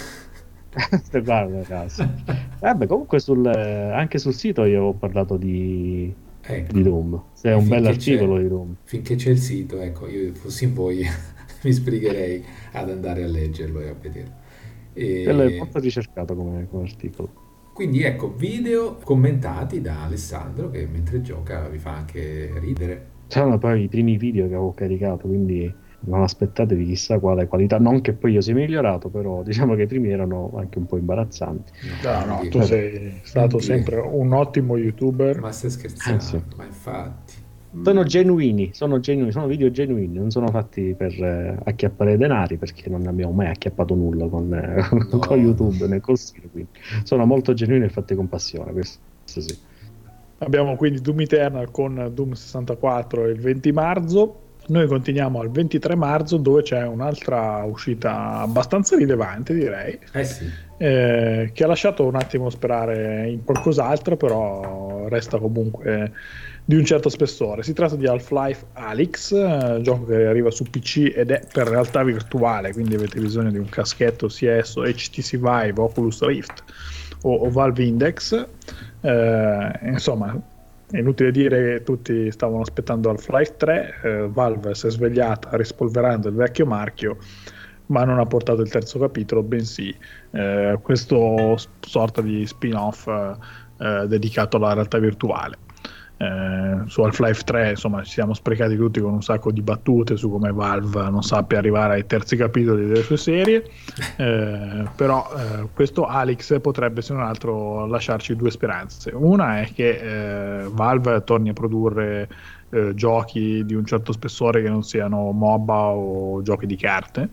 Guarda caso. Vabbè, comunque sul, eh, anche sul sito io ho parlato di, Ecco, di Doom. Se è e un finché c'è, bell'articolo di Doom. finché c'è il sito, ecco, io fossi in voi mi sbrigherei ad andare a leggerlo e a vederlo. Quello è E molto ricercato come, come articolo. quindi ecco, video commentati da Alessandro che mentre gioca vi fa anche ridere. C'erano poi i primi video che avevo caricato, quindi non aspettatevi chissà quale qualità. Non che poi io sia migliorato, però diciamo che i primi erano anche un po' imbarazzanti. No, non no, dire- tu sei stato non dire. sempre un ottimo youtuber. Ma stai scherzando? Eh, sì. Ma infatti. Sono genuini, sono genuini, sono video genuini, non sono fatti per eh, acchiappare denari, perché non abbiamo mai acchiappato nulla con, eh, No, con YouTube né col sito, quindi sono molto genuini e fatti con passione, questo, questo sì. Abbiamo quindi Doom Eternal con Doom sessantaquattro il venti marzo. Noi continuiamo al ventitré marzo, dove c'è un'altra uscita abbastanza rilevante, direi, Eh sì. eh, che ha lasciato un attimo sperare in qualcos'altro, però resta comunque di un certo spessore. Si tratta di Half-Life Alyx, eh, gioco che arriva su P C ed è per realtà virtuale, quindi avete bisogno di un caschetto, sia esso H T C Vive, Oculus Rift o, o Valve Index. Eh, insomma, è inutile dire che tutti stavano aspettando Half-Life tre, eh, Valve si è svegliata rispolverando il vecchio marchio, ma non ha portato il terzo capitolo, bensì eh, questo sorta di spin-off eh, dedicato alla realtà virtuale. Eh, su Half-Life tre insomma ci siamo sprecati tutti con un sacco di battute su come Valve non sappia arrivare ai terzi capitoli delle sue serie, eh, però eh, questo Alyx potrebbe se non altro lasciarci due speranze. Una è che eh, Valve torni a produrre eh, giochi di un certo spessore che non siano MOBA o giochi di carte.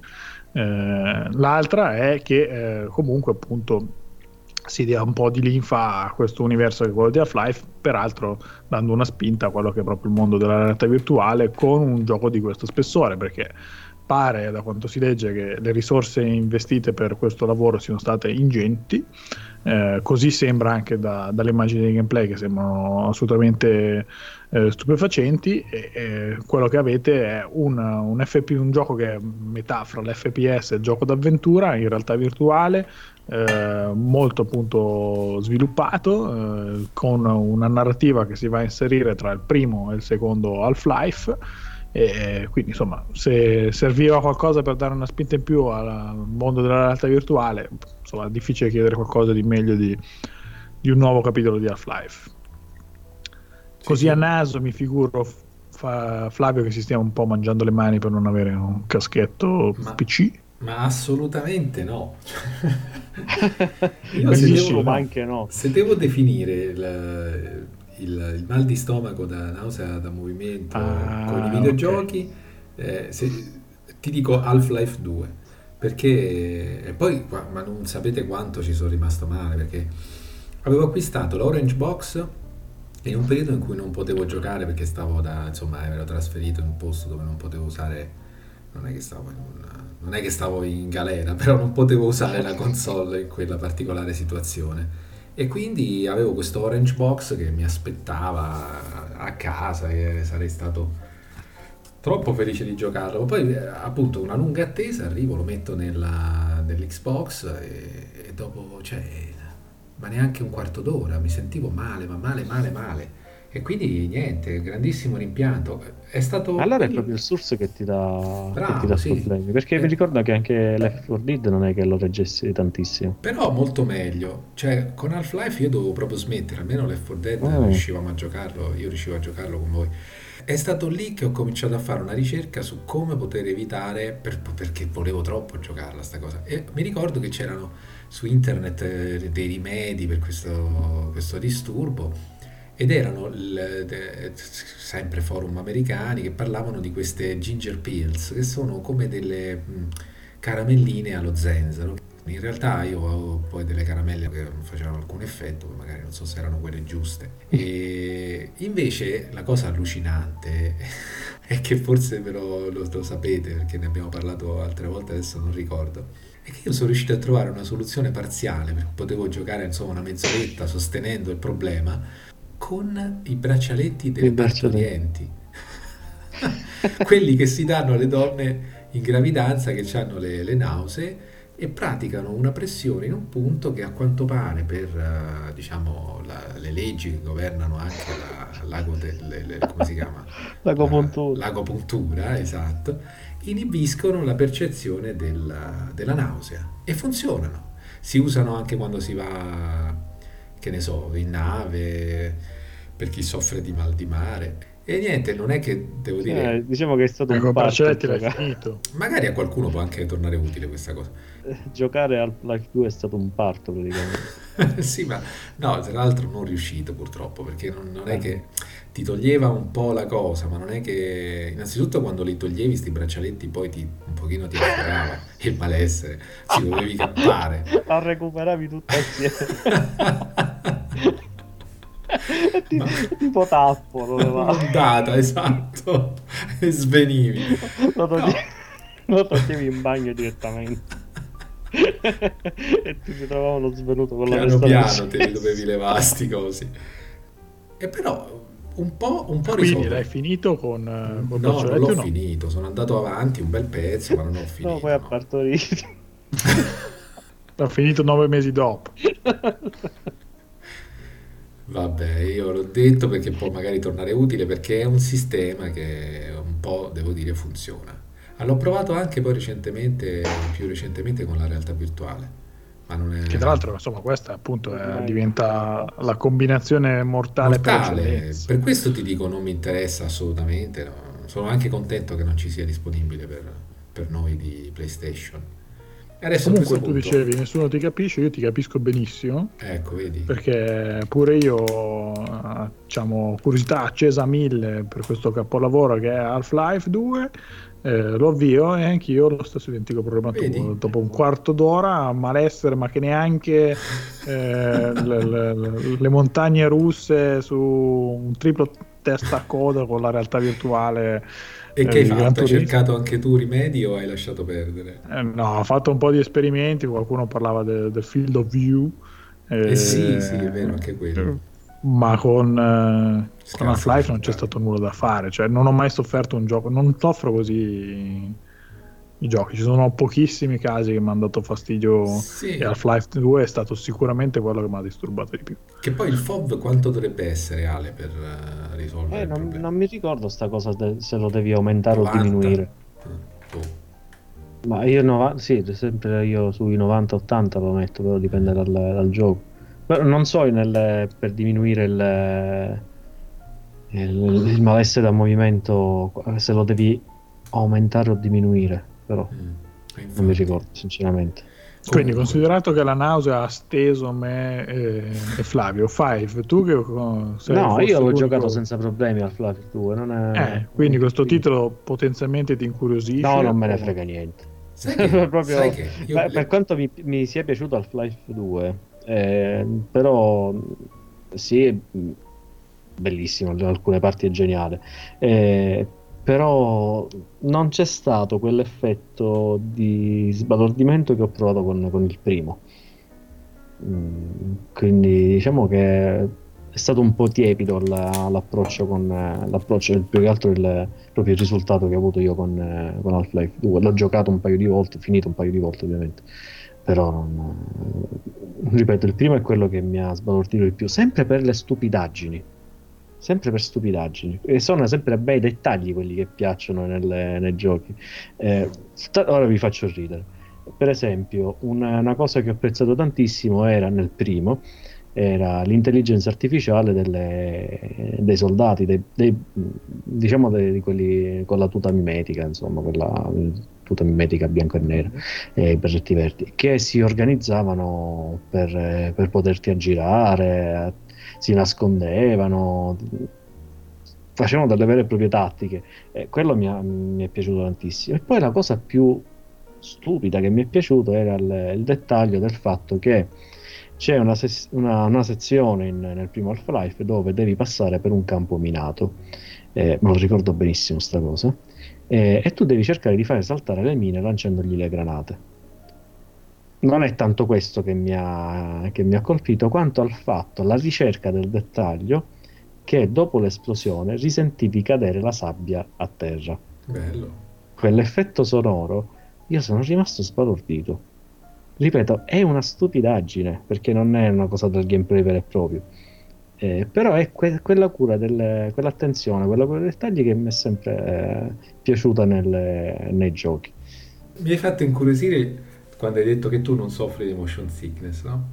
Eh, l'altra è che eh, comunque appunto si dia un po' di linfa a questo universo che è quello di Half-Life, peraltro dando una spinta a quello che è proprio il mondo della realtà virtuale con un gioco di questo spessore, perché pare, da quanto si legge, che le risorse investite per questo lavoro siano state ingenti, eh, così sembra anche da, dalle immagini di gameplay, che sembrano assolutamente eh, stupefacenti, e, e quello che avete è un, un F P, un gioco che è metà fra l'F P S e il gioco d'avventura in realtà virtuale, eh, molto appunto sviluppato, eh, con una narrativa che si va a inserire tra il primo e il secondo Half-Life. E quindi insomma, se serviva qualcosa per dare una spinta in più al mondo della realtà virtuale, insomma è difficile chiedere qualcosa di meglio di, di un nuovo capitolo di Half-Life. Così sì. a naso mi figuro fa Flavio che si stia un po' mangiando le mani per non avere un caschetto Ma- P C. Ma assolutamente no. Io se Bellissimo, devo, ma anche no. se devo definire il, il- il mal di stomaco da nausea da movimento Ah, con i videogiochi, eh, se- ti dico Half-Life due, perché e poi qua- ma non sapete quanto ci sono rimasto male, perché avevo acquistato l'Orange Box in un periodo in cui non potevo giocare perché stavo da, insomma, ero trasferito in un posto dove non potevo usare, non è che stavo in un, non è che stavo in galera, però non potevo usare la console in quella particolare situazione. E quindi avevo questo Orange Box che mi aspettava a casa e sarei stato troppo felice di giocarlo. Poi eh, appunto una lunga attesa, arrivo, lo metto nella, nell'Xbox e, e dopo, cioè, ma neanche un quarto d'ora, mi sentivo male, ma male, male, male. E quindi niente, grandissimo rimpianto. È stato Allora è quello- proprio il source che ti dà, che Bravo, ti dà sì. problemi. Perché Eh. mi ricordo che anche Left four Dead non è che lo reggessi tantissimo. Però molto meglio, cioè con Half-Life io dovevo proprio smettere, almeno Left four Dead Mm. riuscivamo a giocarlo, io riuscivo a giocarlo con voi. È stato lì che ho cominciato a fare una ricerca su come poter evitare, per- perché volevo troppo giocarla sta cosa. E mi ricordo che c'erano su internet eh, dei rimedi per questo, questo disturbo ed erano il- de- sempre forum americani che parlavano di queste ginger pills, che sono come delle mh, caramelline allo zenzero. In realtà io avevo poi delle caramelle che non facevano alcun effetto, magari non so se erano quelle giuste. E invece la cosa allucinante è che forse ve lo, lo- lo sapete perché ne abbiamo parlato altre volte, adesso non ricordo. È che io sono riuscito a trovare una soluzione parziale, perché potevo giocare insomma una mezz'oretta sostenendo il problema con i braccialetti delle I braccialetti. partorienti. Quelli che si danno alle donne in gravidanza che hanno le, le nausee e praticano una pressione in un punto che a quanto pare per eh, diciamo la- le leggi che governano anche la, l'agote- le- le- come si chiama? L'agopuntura. La- l'agopuntura, esatto, inibiscono la percezione della, della nausea e funzionano. Si usano anche quando si va, che ne so, in nave, per chi soffre di mal di mare. E niente, non è che devo dire, Eh, diciamo che è stato Ecco, un parto Braccialetti l'hai giocare. finito. magari a qualcuno può anche tornare utile questa cosa. Giocare al Half-Life due è stato un parto praticamente. Sì, ma no, tra l'altro non riuscito purtroppo, perché non, non è Eh. che ti toglieva un po' la cosa, ma non è che innanzitutto quando li toglievi sti braccialetti poi ti, un pochino ti afferrava il malessere, ci dovevi campare. La recuperavi tutta assieme. È ti- Ma- è tipo tappo, lo levavi. Ondata, esatto, e svenivi. Lo No. togli- lo toglievi in bagno direttamente. E ti ritrovavano svenuto con la Piano testa piano nel te li cesso. dovevi levare sti cosi. E però un po', un po' Quindi risolto. l'hai finito con, eh, con No, non Braccialetti l'ho o no? finito, sono andato avanti un bel pezzo, ma non ho finito. No, poi ha no. partorito. L'ho finito nove mesi dopo. Vabbè, io l'ho detto perché può magari tornare utile, perché è un sistema che un po', devo dire, funziona. Ah, l'ho provato anche poi recentemente, più recentemente con la realtà virtuale, ma non è Che tra l'altro, insomma, questa appunto è- Ormai- diventa la combinazione mortale, per mortale. eccellenza. Per questo ti dico, non mi interessa assolutamente. No. Sono anche contento che non ci sia disponibile per, per noi di PlayStation. E adesso a Comunque questo tu punto, dicevi, nessuno ti capisce, io ti capisco benissimo, ecco, vedi. perché pure io, eh, diciamo, curiosità accesa a mille per questo capolavoro che è Half-Life due, eh, lo avvio e anch'io ho lo stesso identico problema Vedi? tuo. Dopo un quarto d'ora, malessere, ma che neanche eh, le, le- le montagne russe su un triplo testa a coda con la realtà virtuale. E eh, che hai di Gran fatto? Hai Turismo. cercato anche tu rimedi o hai lasciato perdere? Eh, no, ho fatto un po' di esperimenti, qualcuno parlava de- del field of view. Eh sì, sì, è vero, anche quello. Ma con, eh, con Scarso Half-Life non c'è risultato. stato nulla da fare, cioè non ho mai sofferto un gioco, non soffro così i giochi, ci sono pochissimi casi che mi hanno dato fastidio Sì. e Half-Life due è stato sicuramente quello che mi ha disturbato di più. Che poi il F O V quanto dovrebbe essere, Ale, per eh, risolvere Eh, il non, problema? non mi ricordo sta cosa de- se lo devi aumentare o novanta? diminuire. Eh, boh. Ma io nova- sì, sempre io sui novanta ottanta lo metto, però dipende dal, dal gioco. Però non so nel- per diminuire il, il, il malessere da movimento se lo devi aumentare o diminuire, però Mm. E non mi infatti. ricordo sinceramente. Quindi, Comunque, considerato che la nausea ha steso me e, e Flavio, Five, tu che oh, sei No, forse io l'ho l'unico- giocato senza problemi al Half-Life due, non è... Eh, quindi questo titolo potenzialmente ti incuriosisce? No, non me ne o- frega niente. sai che, Proprio- sai che io Beh, le- per quanto mi, mi sia piaciuto Half-Life due, eh, però sì, è bellissimo, in alcune parti è geniale, eh, però non c'è stato quell'effetto di sbalordimento che ho provato con, con il primo. Mm, quindi diciamo che è stato un po' tiepido la, l'approccio con eh, l'approccio, più che altro il, proprio il risultato che ho avuto io con, eh, con Half-Life due. L'ho giocato un paio di volte, finito un paio di volte ovviamente, però non, eh, ripeto, il primo è quello che mi ha sbalordito di più, sempre per le stupidaggini. Sempre per stupidaggini, e sono sempre bei dettagli quelli che piacciono nelle, nei giochi. Eh, sta- ora vi faccio ridere. Per esempio, una, una cosa che ho apprezzato tantissimo era nel primo, era l'intelligenza artificiale delle- dei soldati, dei, dei- diciamo dei- di quelli con la tuta mimetica, insomma, quella tuta mimetica bianco e nera e i berretti verdi, che si organizzavano per, eh, per poterti aggirare, si nascondevano, facevano delle vere e proprie tattiche, e quello mi, ha- mi è piaciuto tantissimo. E poi la cosa più stupida che mi è piaciuto era il, il dettaglio del fatto che c'è una, ses- una- una sezione in- nel primo Half-Life dove devi passare per un campo minato. Eh, me lo ricordo benissimo sta cosa. Eh, e tu devi cercare di fare saltare le mine lanciandogli le granate. Non è tanto questo che mi ha, che mi ha colpito, quanto al fatto, la ricerca del dettaglio, che dopo l'esplosione risentivi cadere la sabbia a terra. Bello. Quell'effetto sonoro, io sono rimasto sbalordito. Ripeto, è una stupidaggine, perché non è una cosa del gameplay vero e proprio. Eh, però è que- quella cura, del, quell'attenzione, quella cura dei dettagli che mi è sempre eh, piaciuta nelle- nei giochi. Mi hai fatto incuriosire quando hai detto che tu non soffri di motion sickness, no?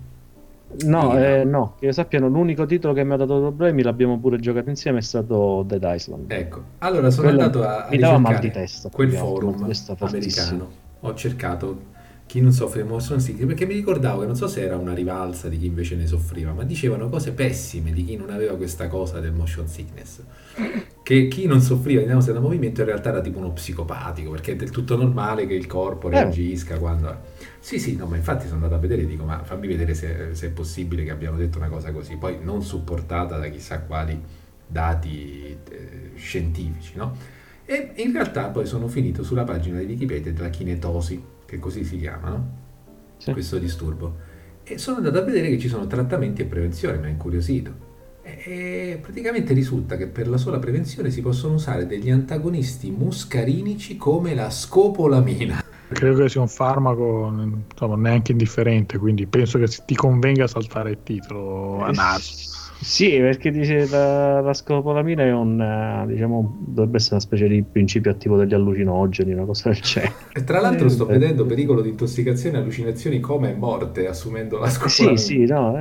No, Sì, eh, no. no, che io sappiano, l'unico titolo che mi ha dato problemi, l'abbiamo pure giocato insieme, è stato Dead Island. Ecco, allora sono Quello andato a, a mi dava mal di ricercare testa, quel più che altro, mal di forum testa fortissimo. americano. Ho cercato chi non soffre di motion sickness perché mi ricordavo che non so se era una rivalsa di chi invece ne soffriva, ma dicevano cose pessime di chi non aveva questa cosa del motion sickness. Che chi non soffriva di nausea da movimento in realtà era tipo uno psicopatico, perché è del tutto normale che il corpo Eh. reagisca quando... Sì, sì, no, ma infatti sono andato a vedere e dico, ma fammi vedere se, se è possibile che abbiano detto una cosa così, poi non supportata da chissà quali dati eh, scientifici, no? E in realtà poi sono finito sulla pagina di Wikipedia della chinetosi, che così si chiama, no? Sì. Questo disturbo. E sono andato a vedere che ci sono trattamenti e prevenzione, mi ha incuriosito. E e praticamente risulta che per la sola prevenzione si possono usare degli antagonisti muscarinici come la scopolamina. Credo che sia un farmaco, insomma, neanche indifferente, quindi penso che ti convenga saltare il titolo a naso. Sì, perché dice la, la scopolamina è un, eh, diciamo, dovrebbe essere una specie di principio attivo degli allucinogeni, una cosa del genere. E tra l'altro sto Eh, vedendo pericolo di intossicazione, allucinazioni, coma e morte assumendo la scopolamina. Sì, sì, no.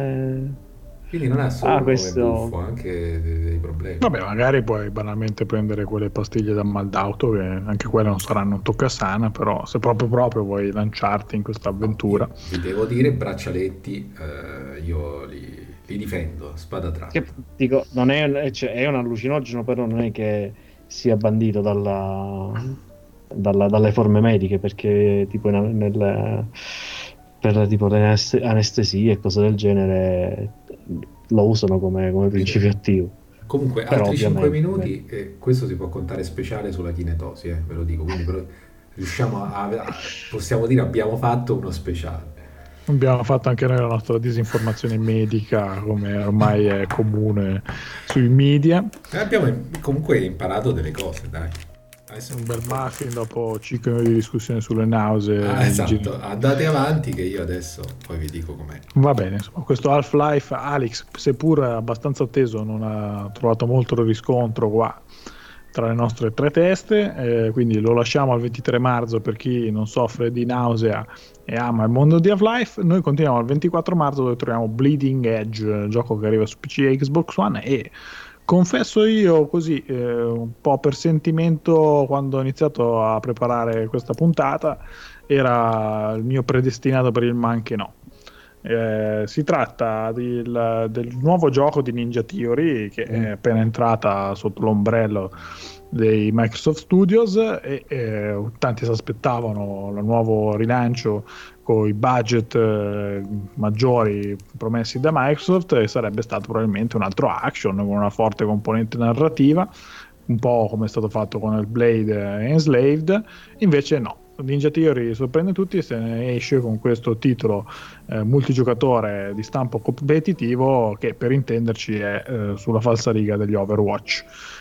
eh, Quindi non è solo Ah, un nome questo- buffo, ha anche dei, dei problemi. Vabbè, magari puoi banalmente prendere quelle pastiglie da mal d'auto, che anche quelle non saranno un toccasana, però se proprio proprio vuoi lanciarti in questa avventura. Vi devo dire, braccialetti, eh, io li, li difendo, spada tratta. Che, dico, non è, cioè, è un allucinogeno, però non è che sia bandito dalla, dalla- dalle forme mediche, perché tipo in- nel, per tipo le anest- anestesie e cose del genere lo usano come, come principio attivo. Comunque, Però altri cinque ovviamente- minuti, e questo si può contare speciale sulla chinetosi, eh, ve lo dico, quindi però riusciamo a, a- possiamo dire abbiamo fatto uno speciale. Abbiamo fatto anche noi la nostra disinformazione medica, come ormai è comune sui media. E abbiamo comunque imparato delle cose, dai. Adesso Un bel muffin dopo cinque minuti di discussione sulle nausee. Ah, di esatto, gin- andate avanti che io adesso poi vi dico com'è. Va bene, insomma, questo Half-Life Alyx, seppur abbastanza atteso, non ha trovato molto riscontro qua tra le nostre tre teste, eh, quindi lo lasciamo al ventitré marzo per chi non soffre di nausea e ama il mondo di Half-Life. Noi continuiamo al ventiquattro marzo, dove troviamo Bleeding Edge, gioco che arriva su P C e Xbox One, e confesso io così, eh, un po' per sentimento, quando ho iniziato a preparare questa puntata, era il mio predestinato per il ma anche no. Eh, si tratta del, del nuovo gioco di Ninja Theory, che è appena entrata sotto l'ombrello dei Microsoft Studios, e eh, tanti si aspettavano il nuovo rilancio con i budget eh, maggiori promessi da Microsoft, e sarebbe stato probabilmente un altro action con una forte componente narrativa, un po' come è stato fatto con il Blade e Enslaved. Invece no, Ninja Theory sorprende tutti e se ne esce con questo titolo eh, multigiocatore di stampo competitivo che per intenderci è eh, sulla falsariga degli Overwatch.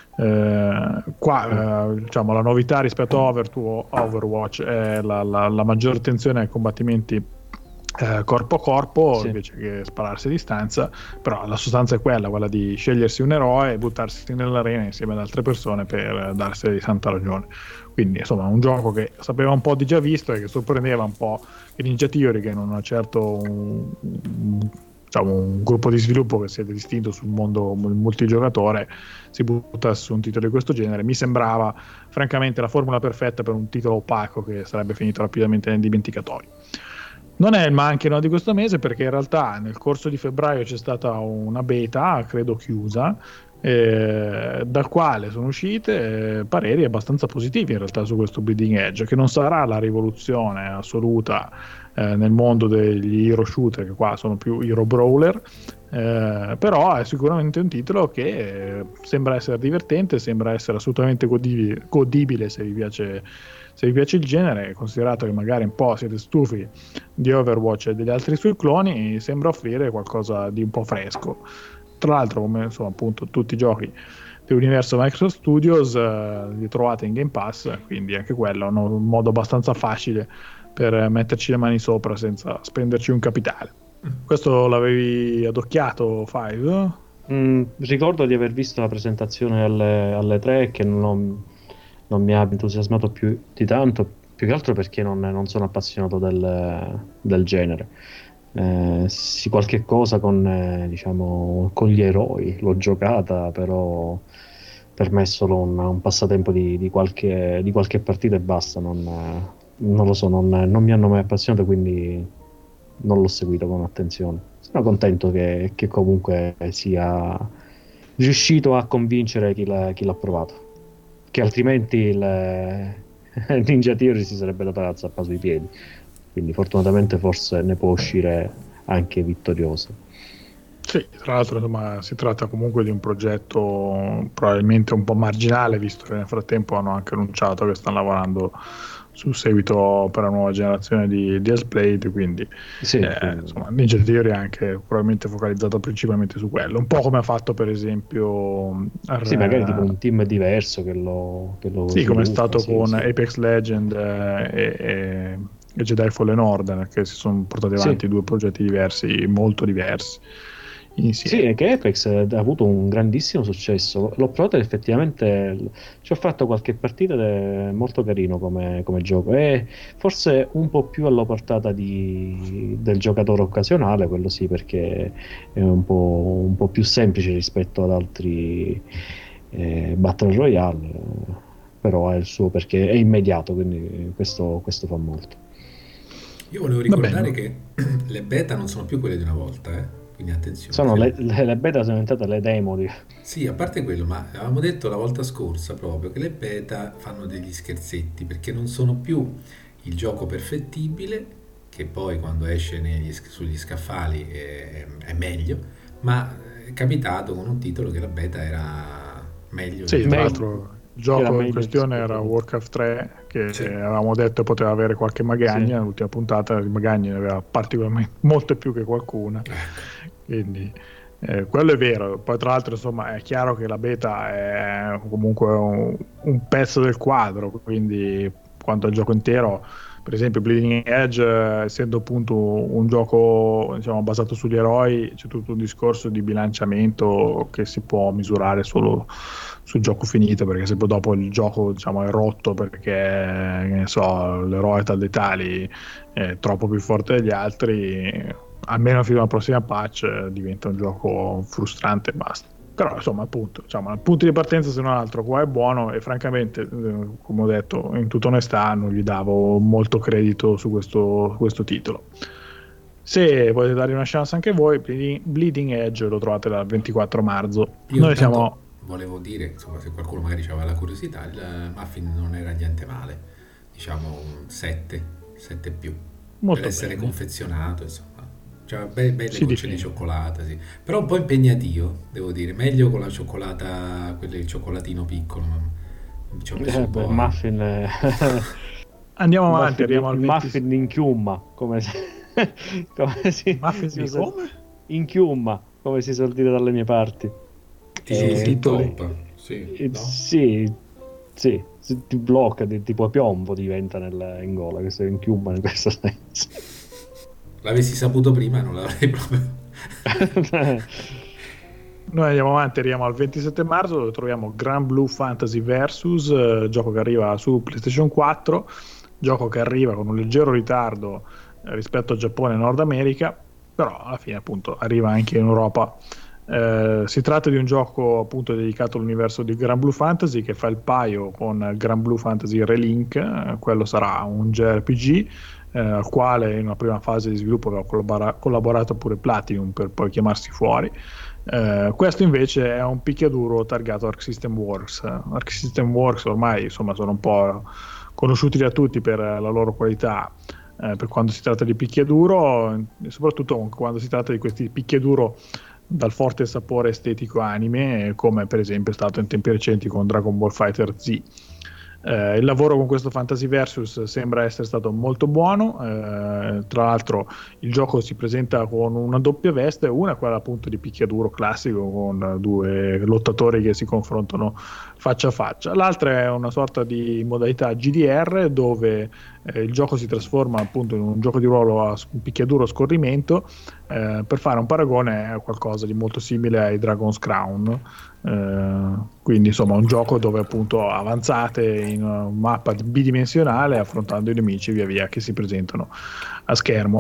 Eh, qua eh, diciamo la novità rispetto a Over to Overwatch è la, la, la maggiore attenzione ai combattimenti eh, corpo a corpo, sì, invece che spararsi a distanza, però la sostanza è quella, quella di scegliersi un eroe e buttarsi nell'arena insieme ad altre persone per darsi di santa ragione. Quindi insomma un gioco che sapeva un po' di già visto e che sorprendeva un po' i Ninja Theory, che non ha certo un, un, diciamo, un gruppo di sviluppo che si è distinto sul mondo multigiocatore, si buttasse su un titolo di questo genere. Mi sembrava francamente la formula perfetta per un titolo opaco che sarebbe finito rapidamente nel dimenticatoio. Non è il manchino di questo mese, perché in realtà nel corso di febbraio c'è stata una beta, credo chiusa, Eh, dal quale sono uscite eh, pareri abbastanza positivi in realtà su questo Bleeding Edge, che non sarà la rivoluzione assoluta eh, nel mondo degli hero shooter, che qua sono più hero brawler, eh, però è sicuramente un titolo che eh, sembra essere divertente, sembra essere assolutamente godibile, godibile se vi piace se vi piace il genere, considerato che magari un po' siete stufi di Overwatch e degli altri suoi cloni, sembra offrire qualcosa di un po' fresco. Tra l'altro, come insomma appunto tutti i giochi dell'universo Microsoft Studios eh, li trovate in Game Pass, quindi anche quello è un modo abbastanza facile per metterci le mani sopra senza spenderci un capitale. Questo l'avevi adocchiato, Five? Mm, ricordo di aver visto la presentazione alle, alle tre, che non, non mi ha entusiasmato più di tanto, più che altro perché non, non sono appassionato del, del genere. Eh, sì, qualche cosa con, eh, diciamo, con gli eroi l'ho giocata, però per me è solo un, un passatempo di, di, qualche, di qualche partita e basta. Non, non lo so, non, non mi hanno mai appassionato, quindi non l'ho seguito con attenzione. Sono contento che, che comunque sia riuscito a convincere chi l'ha, chi l'ha provato, che altrimenti il Ninja Theory si sarebbe data la zappa sui piedi. Quindi fortunatamente forse ne può uscire anche vittorioso. Sì, tra l'altro insomma, si tratta comunque di un progetto probabilmente un po' marginale, visto che nel frattempo hanno anche annunciato che stanno lavorando sul seguito per la nuova generazione di, di Hellblade, quindi sì, eh, sì. Insomma, Ninja Theory è anche probabilmente focalizzato principalmente su quello, un po' come ha fatto per esempio sì, R- magari tipo un team diverso che lo, che lo sì, come è stato sì, con sì. Apex Legend eh, e, e, e Jedi Fallen Order, che si sono portati avanti sì. due progetti diversi, molto diversi insieme. Sì, è che Apex ha avuto un grandissimo successo. L'ho provato effettivamente, ci ho fatto qualche partita ed è molto carino come, come gioco. È forse un po' più alla portata di, del giocatore occasionale, quello sì, perché è un po', un po' più semplice rispetto ad altri eh, Battle Royale, però ha il suo perché è immediato, quindi questo, questo fa molto. Io volevo ricordare che le beta non sono più quelle di una volta, eh. Quindi attenzione. Sono le, le, le beta sono diventate le demo di... Sì, a parte quello, ma avevamo detto la volta scorsa proprio che le beta fanno degli scherzetti, perché non sono più il gioco perfettibile, che poi quando esce negli, sugli scaffali è, è meglio, ma è capitato con un titolo che la beta era meglio. Sì, tra l'altro il gioco in questione era Warcraft tre, che sì. avevamo detto poteva avere qualche magagna, sì. L'ultima puntata di magagne ne aveva particolarmente molte più che qualcuna, quindi eh, quello è vero. Poi tra l'altro insomma è chiaro che la beta è comunque un, un pezzo del quadro, quindi quanto al gioco intero, per esempio Bleeding Edge, essendo appunto un gioco diciamo basato sugli eroi, c'è tutto un discorso di bilanciamento che si può misurare solo sul gioco finito, perché se poi dopo il gioco diciamo è rotto perché che ne so, l'eroe tal dei tali è troppo più forte degli altri, almeno fino alla prossima patch diventa un gioco frustrante e basta. Però insomma appunto diciamo, il punto di partenza se non altro qua è buono, e francamente come ho detto in tutta onestà non gli davo molto credito su questo, questo titolo. Se volete dare una chance anche voi, Bleeding Edge lo trovate dal ventiquattro marzo. Io Noi siamo volevo dire, insomma, se qualcuno magari aveva la curiosità, il muffin non era niente male, diciamo un sette, sette più, molto per essere bene. Confezionato, insomma, cioè be- belle Si gocce di cioccolata, sì. Però un po' impegnativo, devo dire, meglio con la cioccolata, quello il cioccolatino piccolo, ma ci ho messo Eh, un po' beh, a... muffin è... Andiamo il avanti, muffin, arriviamo al il venti... muffin in chiumma, come si, come si, Muffin si di usa- come? in chiumma, come si suol dire dalle mie parti. Ti Eh, giù, titoli. top. Sì, Eh, no? Sì, sì, si- ti blocca, ti- tipo piombo diventa nel, in gola, che sei in chiumma in questo senso. L'avessi saputo prima non l'avrei proprio... Noi andiamo avanti, arriviamo al ventisette marzo dove troviamo Grand Blue Fantasy Versus, eh, gioco che arriva su PlayStation quattro, gioco che arriva con un leggero ritardo eh, rispetto a Giappone e Nord America, però alla fine appunto arriva anche in Europa. Eh, si tratta di un gioco appunto dedicato all'universo di Grand Blue Fantasy che fa il paio con Grand Blue Fantasy Relink, eh, quello sarà un J R P G eh, al quale in una prima fase di sviluppo aveva collabora- collaborato pure Platinum per poi chiamarsi fuori. Uh, questo invece è un picchiaduro targato Arc System Works. Uh, Arc System Works ormai insomma sono un po' conosciuti da tutti per la loro qualità uh, per quando si tratta di picchiaduro e soprattutto quando si tratta di questi picchiaduro dal forte sapore estetico anime, come per esempio è stato in tempi recenti con Dragon Ball Fighter Z. Eh, il lavoro con questo Fantasy Versus sembra essere stato molto buono, eh, tra l'altro il gioco si presenta con una doppia veste, una è quella appunto di picchiaduro classico con due lottatori che si confrontano faccia a faccia, l'altra è una sorta di modalità G D R dove eh, il gioco si trasforma appunto in un gioco di ruolo a picchiaduro a scorrimento, eh, per fare un paragone è qualcosa di molto simile ai Dragon's Crown. Uh, quindi insomma un gioco dove appunto avanzate in una mappa bidimensionale affrontando i nemici via via che si presentano a schermo.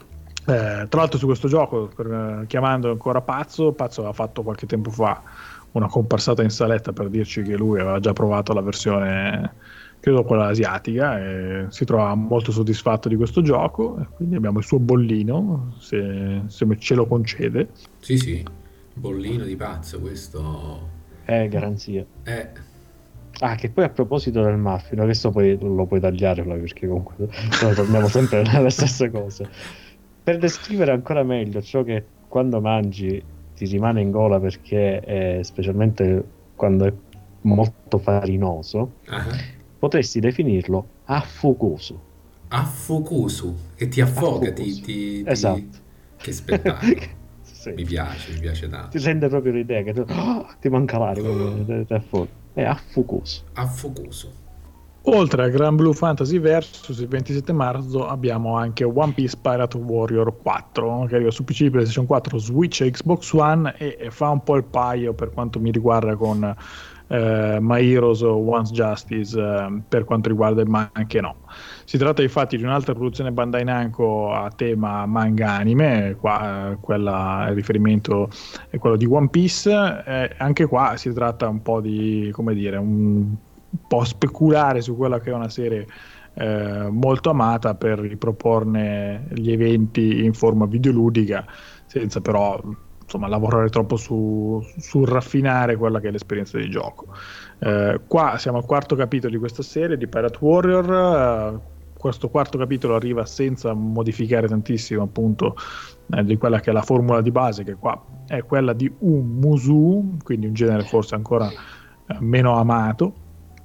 Uh, tra l'altro su questo gioco, per, uh, chiamando ancora Pazzo, Pazzo aveva fatto qualche tempo fa una comparsata in saletta per dirci che lui aveva già provato la versione, credo quella asiatica, e si trova molto soddisfatto di questo gioco, e quindi abbiamo il suo bollino se, se ce lo concede. Sì, sì. Bollino di Pazzo, questo È garanzia. è... Ah, che poi a proposito del muffin, adesso poi lo puoi tagliare perché comunque noi torniamo sempre alle stesse cose. Per descrivere ancora meglio ciò che quando mangi ti rimane in gola, perché è, specialmente quando è molto farinoso, Ah, potresti definirlo affucoso. affukusu, che ti affoga, ti, Affucoso. ti- ti- Esatto. Che spettacolo. Sì. Mi piace, mi piace tanto. Ti rende proprio l'idea che tu, oh, ti manca l'aria, come te- te affoga. È affucoso. Affukusu. Oltre a Grand Blue Fantasy Versus, il ventisette marzo abbiamo anche One Piece Pirate Warrior quattro che arriva su P C, PlayStation quattro, Switch e Xbox One e, e fa un po' il paio per quanto mi riguarda con eh, My Heroes One's Justice eh, per quanto riguarda il manga anche no. Si tratta infatti di un'altra produzione Bandai Namco a tema manga anime, qua eh, quella, il riferimento è quello di One Piece, eh, anche qua si tratta un po' di, come dire, un po' speculare su quella che è una serie eh, molto amata per riproporne gli eventi in forma videoludica senza però insomma lavorare troppo su, su raffinare quella che è l'esperienza di gioco. Eh, qua siamo al quarto capitolo di questa serie di Pirate Warrior. Eh, questo quarto capitolo arriva senza modificare tantissimo appunto eh, di quella che è la formula di base, che qua è quella di un Musou, quindi un genere forse ancora eh, meno amato.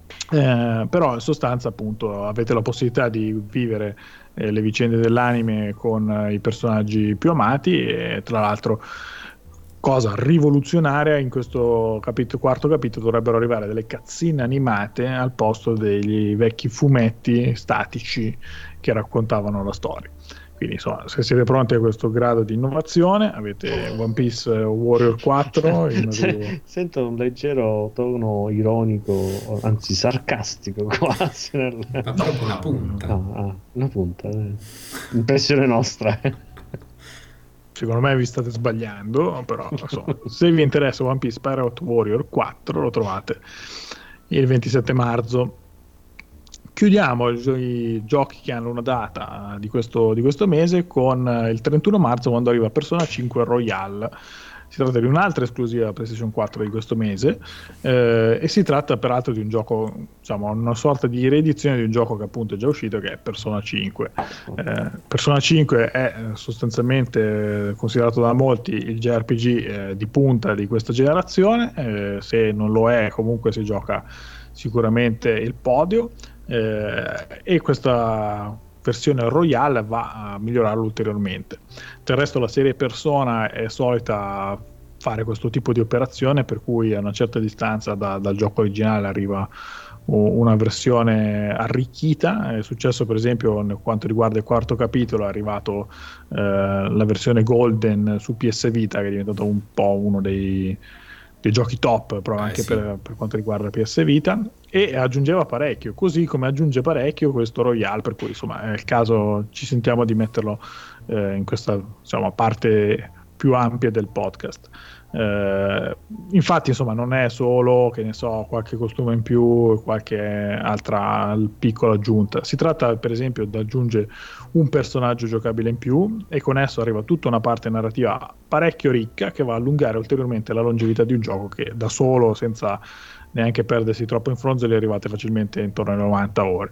Eh, però in sostanza appunto avete la possibilità di vivere eh, le vicende dell'anime con eh, i personaggi più amati e tra l'altro cosa rivoluzionaria in questo capitolo, quarto capitolo dovrebbero arrivare delle cutscene animate al posto degli vecchi fumetti statici che raccontavano la storia. Quindi insomma, se siete pronti a questo grado di innovazione, avete One Piece Warrior quattro. In Cioè, sento un leggero tono ironico, anzi sarcastico quasi. Nel... Ma proprio una punta. Ah, ah, una punta. Eh. Impressione nostra. Secondo me vi state sbagliando, però insomma, se vi interessa One Piece Pirate Warrior quattro lo trovate il ventisette marzo. Chiudiamo i giochi che hanno una data di questo, di questo mese con il trentuno marzo, quando arriva Persona cinque Royal. Si tratta di un'altra esclusiva PlayStation quattro di questo mese eh, e si tratta peraltro di un gioco, diciamo, una sorta di riedizione di un gioco che appunto è già uscito, che è Persona cinque. Eh, Persona cinque è sostanzialmente considerato da molti il J R P G eh, di punta di questa generazione, eh, se non lo è comunque si gioca sicuramente il podio. eh, e questa versione Royale va a migliorarlo ulteriormente. Del resto la serie Persona è solita fare questo tipo di operazione, per cui a una certa distanza da, dal gioco originale arriva una versione arricchita. È successo per esempio per quanto riguarda il quarto capitolo, è arrivato eh, la versione Golden su P S Vita, che è diventato un po' uno dei, dei giochi top però anche eh sì. per, per quanto riguarda P S Vita, e aggiungeva parecchio, così come aggiunge parecchio questo Royale, per cui insomma è il caso, ci sentiamo di metterlo eh, in questa, insomma, parte più ampia del podcast. Eh, infatti insomma non è solo, che ne so, qualche costume in più e qualche altra piccola aggiunta. Si tratta per esempio di aggiungere un personaggio giocabile in più, e con esso arriva tutta una parte narrativa parecchio ricca che va a allungare ulteriormente la longevità di un gioco che da solo, senza neanche perdersi troppo in fronzoli, arrivate facilmente intorno alle novanta ore.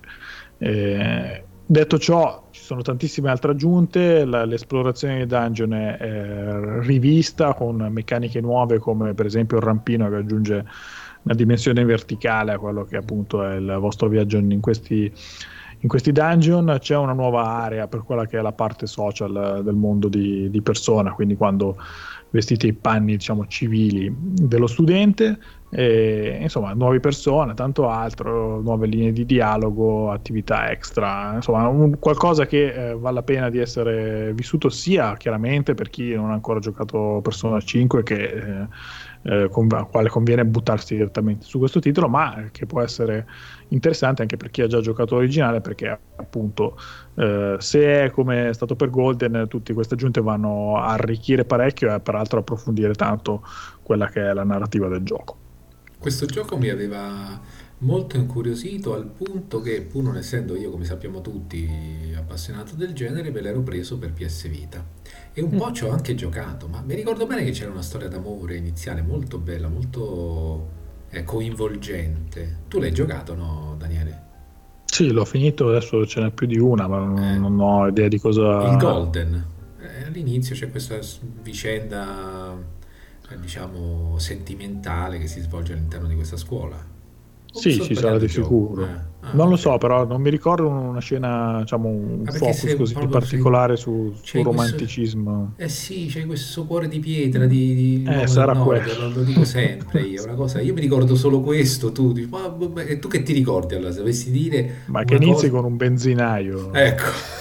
Eh, detto ciò, ci sono tantissime altre aggiunte. La, l'esplorazione di dungeon è, è rivista con meccaniche nuove, come per esempio il rampino che aggiunge una dimensione verticale a quello che appunto è il vostro viaggio in questi, in questi dungeon. C'è una nuova area per quella che è la parte social del mondo di, di Persona, quindi quando vestite i panni, diciamo, civili dello studente, e insomma nuove persone, tanto altro, nuove linee di dialogo, attività extra, insomma un, qualcosa che eh, vale la pena di essere vissuto, sia chiaramente per chi non ha ancora giocato Persona cinque, che eh, eh, con, a quale conviene buttarsi direttamente su questo titolo, ma che può essere interessante anche per chi ha già giocato l'originale, perché appunto eh, se è come è stato per Golden, tutte queste aggiunte vanno a arricchire parecchio e peraltro approfondire tanto quella che è la narrativa del gioco. Questo gioco mi aveva molto incuriosito, al punto che, pur non essendo io, come sappiamo tutti, appassionato del genere, me l'ero preso per P S Vita e un mm. po' ci ho anche giocato, ma mi ricordo bene che c'era una storia d'amore iniziale molto bella, molto eh, coinvolgente. Tu l'hai giocato, no, Daniele? Sì, l'ho finito, adesso ce n'è più di una, ma non, eh. non ho idea di cosa... Il Golden. Eh, all'inizio c'è questa vicenda, diciamo, sentimentale che si svolge all'interno di questa scuola. O sì, ci sarà di sicuro. Eh. Ah, non okay. lo so, però non mi ricordo una scena, diciamo, un ah, focus così particolare sei... su, su romanticismo. Questo... Eh sì, c'è questo cuore di pietra di, di... Eh, no, sarà no, quello. Lo, lo dico sempre io, una cosa, io mi ricordo solo questo, tu dici, ma, ma, e tu che ti ricordi allora, se dovessi dire... Ma che inizi cosa... con un benzinaio. Ecco.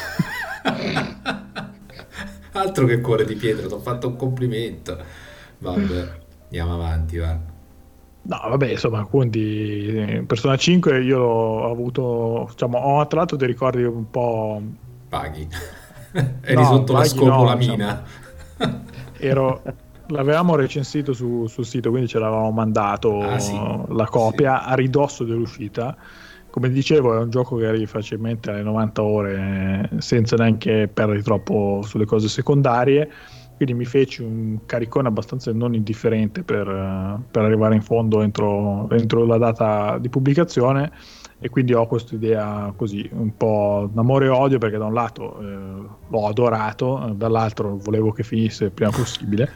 Altro che cuore di pietra, ti ho fatto un complimento. Vabbè, andiamo avanti, va. No, vabbè, insomma, quindi Persona cinque io ho avuto, diciamo, ho tra l'altro dei ricordi un po'... Paghi. Eri no, sotto la scopolamina. No, diciamo, ero... L'avevamo recensito su, sul sito, quindi ce l'avevamo mandato ah, sì. la copia sì. a ridosso dell'uscita. Come dicevo, è un gioco che arrivi facilmente alle novanta ore senza neanche perdere troppo sulle cose secondarie. Quindi mi feci un caricone abbastanza non indifferente per, per arrivare in fondo entro, entro la data di pubblicazione, e quindi ho questa idea così, un po' d'amore e odio, perché da un lato eh, l'ho adorato, dall'altro volevo che finisse il prima possibile.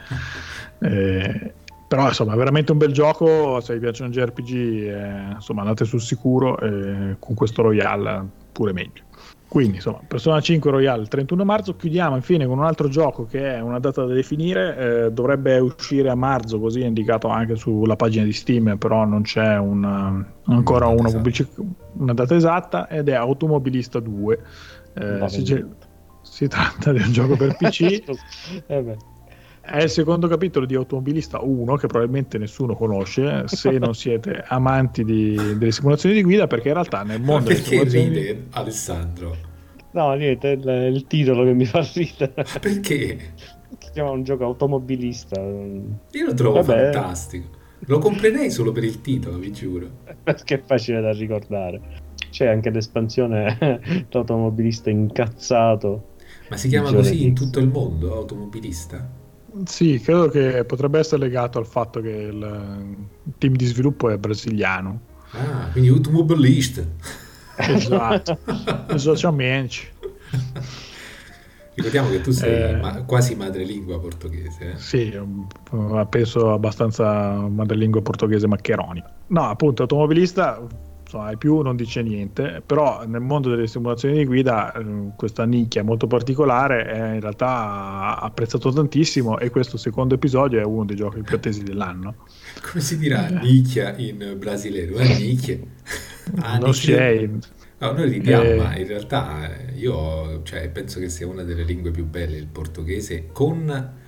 Eh, però insomma è veramente un bel gioco, se vi piacciono gli R P G eh, insomma andate sul sicuro, eh, con questo Royale pure meglio. Quindi insomma Persona cinque Royale il trentuno marzo. Chiudiamo infine con un altro gioco che è una data da definire, eh, dovrebbe uscire a marzo, così è indicato anche sulla pagina di Steam, però non c'è una, ancora una, una, pubblic- una data esatta, ed è Automobilista due. Eh, si, si tratta di un gioco per P C. eh beh. È il secondo capitolo di Automobilista uno, che probabilmente nessuno conosce se non siete amanti di, delle simulazioni di guida, perché in realtà nel mondo delle simulazioni ride di... Alessandro? No, niente, è il, il titolo che mi fa ridere. Perché? Si chiama un gioco automobilista. Io lo trovo Vabbè. fantastico. Lo comprerei solo per il titolo, vi giuro. Perché è facile da ricordare. C'è anche l'espansione l'automobilista incazzato. Ma si chiama così in tutto il mondo, Automobilista? Sì, credo che potrebbe essere legato al fatto che il team di sviluppo è brasiliano. Ah, quindi Automobilista. Esatto. Esattamente. Ricordiamo che tu sei eh, ma- quasi madrelingua portoghese. Eh? Sì, penso abbastanza madrelingua portoghese maccheroni. No, appunto, Automobilista insomma, ai più non dice niente, però nel mondo delle simulazioni di guida eh, questa nicchia molto particolare è in realtà apprezzato tantissimo, e questo secondo episodio è uno dei giochi più attesi dell'anno. Come si dirà nicchia in brasiliano? È nicchie. Ah, non si è... No, noi ridiamo, Eh, ma in realtà eh, io cioè, penso che sia una delle lingue più belle il portoghese, con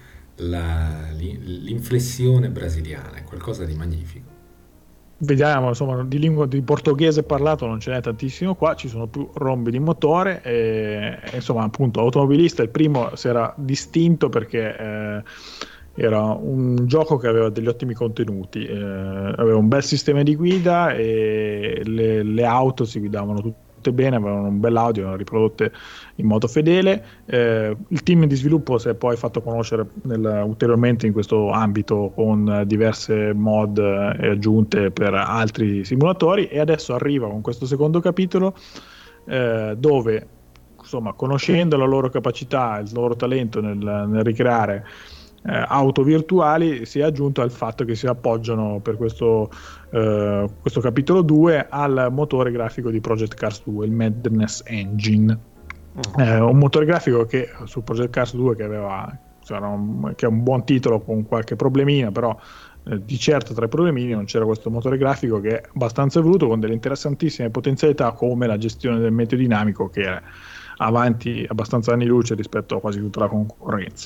la- l'in- l'inflessione brasiliana, è qualcosa di magnifico. Vediamo, insomma, di lingua di portoghese parlato non ce n'è tantissimo qua, ci sono più rombi di motore e, e, insomma, appunto, automobilista il primo si era distinto perché eh, era un gioco che aveva degli ottimi contenuti, eh, aveva un bel sistema di guida e le, le auto si guidavano tutte bene, avevano un bel audio, erano riprodotte in modo fedele. Eh, il team di sviluppo si è poi fatto conoscere nel, ulteriormente in questo ambito con diverse mod e aggiunte per altri simulatori, e adesso arriva con questo secondo capitolo eh, dove, insomma, conoscendo la loro capacità, il loro talento nel, nel ricreare eh, auto virtuali, si è aggiunto al fatto che si appoggiano per questo, eh, questo capitolo due al motore grafico di Project Cars due, il Madness Engine. Eh, un motore grafico che su Project Cars due che aveva cioè, un, che è un buon titolo con qualche problemina, però eh, di certo tra i problemini non c'era questo motore grafico che è abbastanza evoluto, con delle interessantissime potenzialità come la gestione del meteo dinamico, che è avanti abbastanza anni luce rispetto a quasi tutta la concorrenza.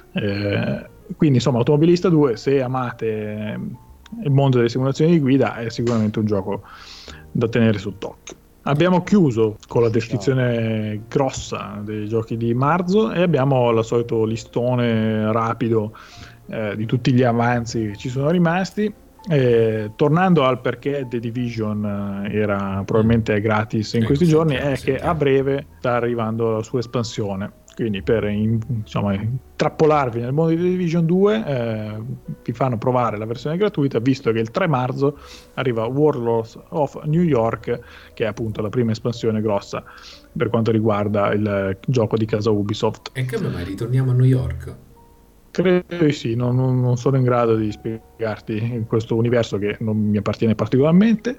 Eh, quindi insomma, Automobilista due, se amate il mondo delle simulazioni di guida, è sicuramente un gioco da tenere sott'occhio. Abbiamo chiuso con la descrizione grossa dei giochi di marzo e abbiamo il solito listone rapido eh, di tutti gli avanzi che ci sono rimasti. Eh, tornando al perché The Division eh, era probabilmente gratis in Eh, questi giorni, sentiamo, è che sentiamo. a breve sta arrivando la sua espansione. Quindi per in- insomma, intrappolarvi nel mondo di The Division due eh, vi fanno provare la versione gratuita, visto che il tre marzo arriva Warlords of New York, che è appunto la prima espansione grossa per quanto riguarda il gioco di casa Ubisoft. E come mai ritorniamo a New York? Credo di sì, non, non- non sono in grado di spiegarti in questo universo che non mi appartiene particolarmente,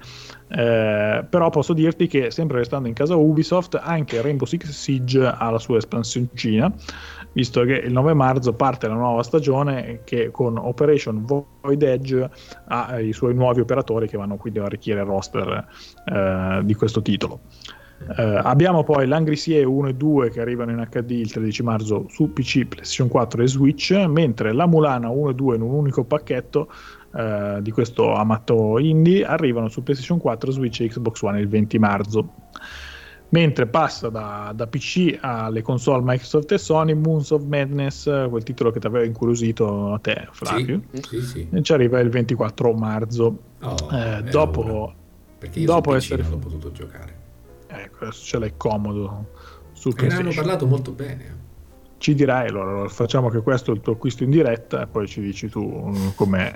eh, però posso dirti che, sempre restando in casa Ubisoft, anche Rainbow Six Siege ha la sua espansioncina, visto che il nove marzo parte la nuova stagione che con Operation Void Edge ha i suoi nuovi operatori che vanno quindi a arricchire il roster eh, di questo titolo. Uh, abbiamo poi l'Angry S E uno e due che arrivano in acca di il tredici marzo su P C, PlayStation quattro e Switch, mentre la Mulana uno e due in un unico pacchetto uh, di questo amato indie arrivano su PlayStation quattro, Switch e Xbox One il venti marzo. Mentre passa da, da P C alle console Microsoft e Sony, Moons of Madness, quel titolo che ti aveva incuriosito a te, Flavio, Sì, sì, sì. e ci arriva il ventiquattro marzo. Oh, Eh, è dopo, ora. Perché io dopo su P C essere non l'ho potuto giocare. ecco, adesso ce l'hai comodo sul E ne hanno PlayStation. parlato molto bene. Ci dirai allora, allora, facciamo che questo è il tuo acquisto in diretta e poi ci dici tu mm, com'è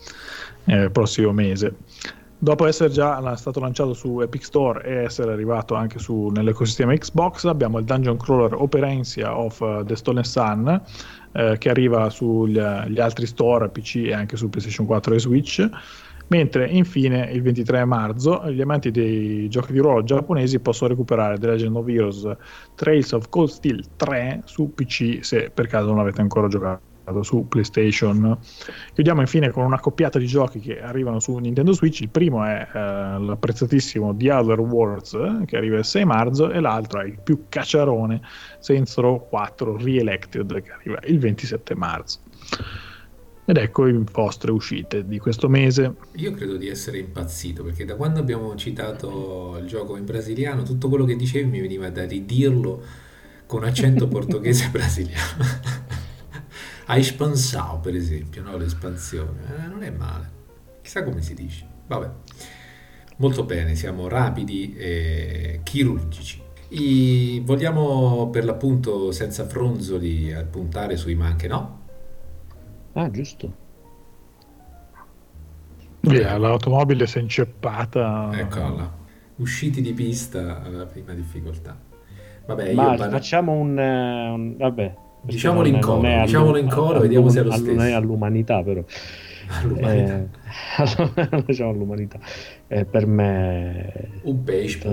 eh, il prossimo mese. Dopo essere già stato lanciato su Epic Store e essere arrivato anche su, nell'ecosistema Xbox, abbiamo il Dungeon Crawler Operencia of uh, the Stolen Sun eh, che arriva sugli gli altri store P C e anche su PlayStation quattro e Switch. Mentre infine il ventitré marzo gli amanti dei giochi di ruolo giapponesi possono recuperare The Legend of Heroes Trails of Cold Steel tre su P C, se per caso non avete ancora giocato su PlayStation. Chiudiamo infine con una coppiata di giochi che arrivano su Nintendo Switch. Il primo è eh, l'apprezzatissimo The Other Worlds eh, che arriva il sei marzo, e l'altro è il più cacciarone Saints Row quattro Re-Elected che arriva il ventisette marzo. Ed ecco le vostre uscite di questo mese. Io credo di essere impazzito, perché da quando abbiamo citato il gioco in brasiliano, tutto quello che dicevi mi veniva da ridirlo con accento portoghese brasiliano. A expansão, per esempio, no? L'espansione. Eh, non è male. Chissà come si dice. Vabbè. Molto bene, siamo rapidi e chirurgici. I... Vogliamo per l'appunto, senza fronzoli, puntare sui manche, no? Ah, giusto. Via, l'automobile si è inceppata. Eccola. Usciti di pista alla prima difficoltà. Vabbè, Ma io ban- facciamo un, eh, un- vabbè, Diciamolo in non è- coro, non è diciamolo all'u- in coro, all'u- vediamo se è lo all'u- non è stesso. all'umanità, però all'umanità. Eh, allora, diciamo all'umanità. Eh, per me... Un baseball.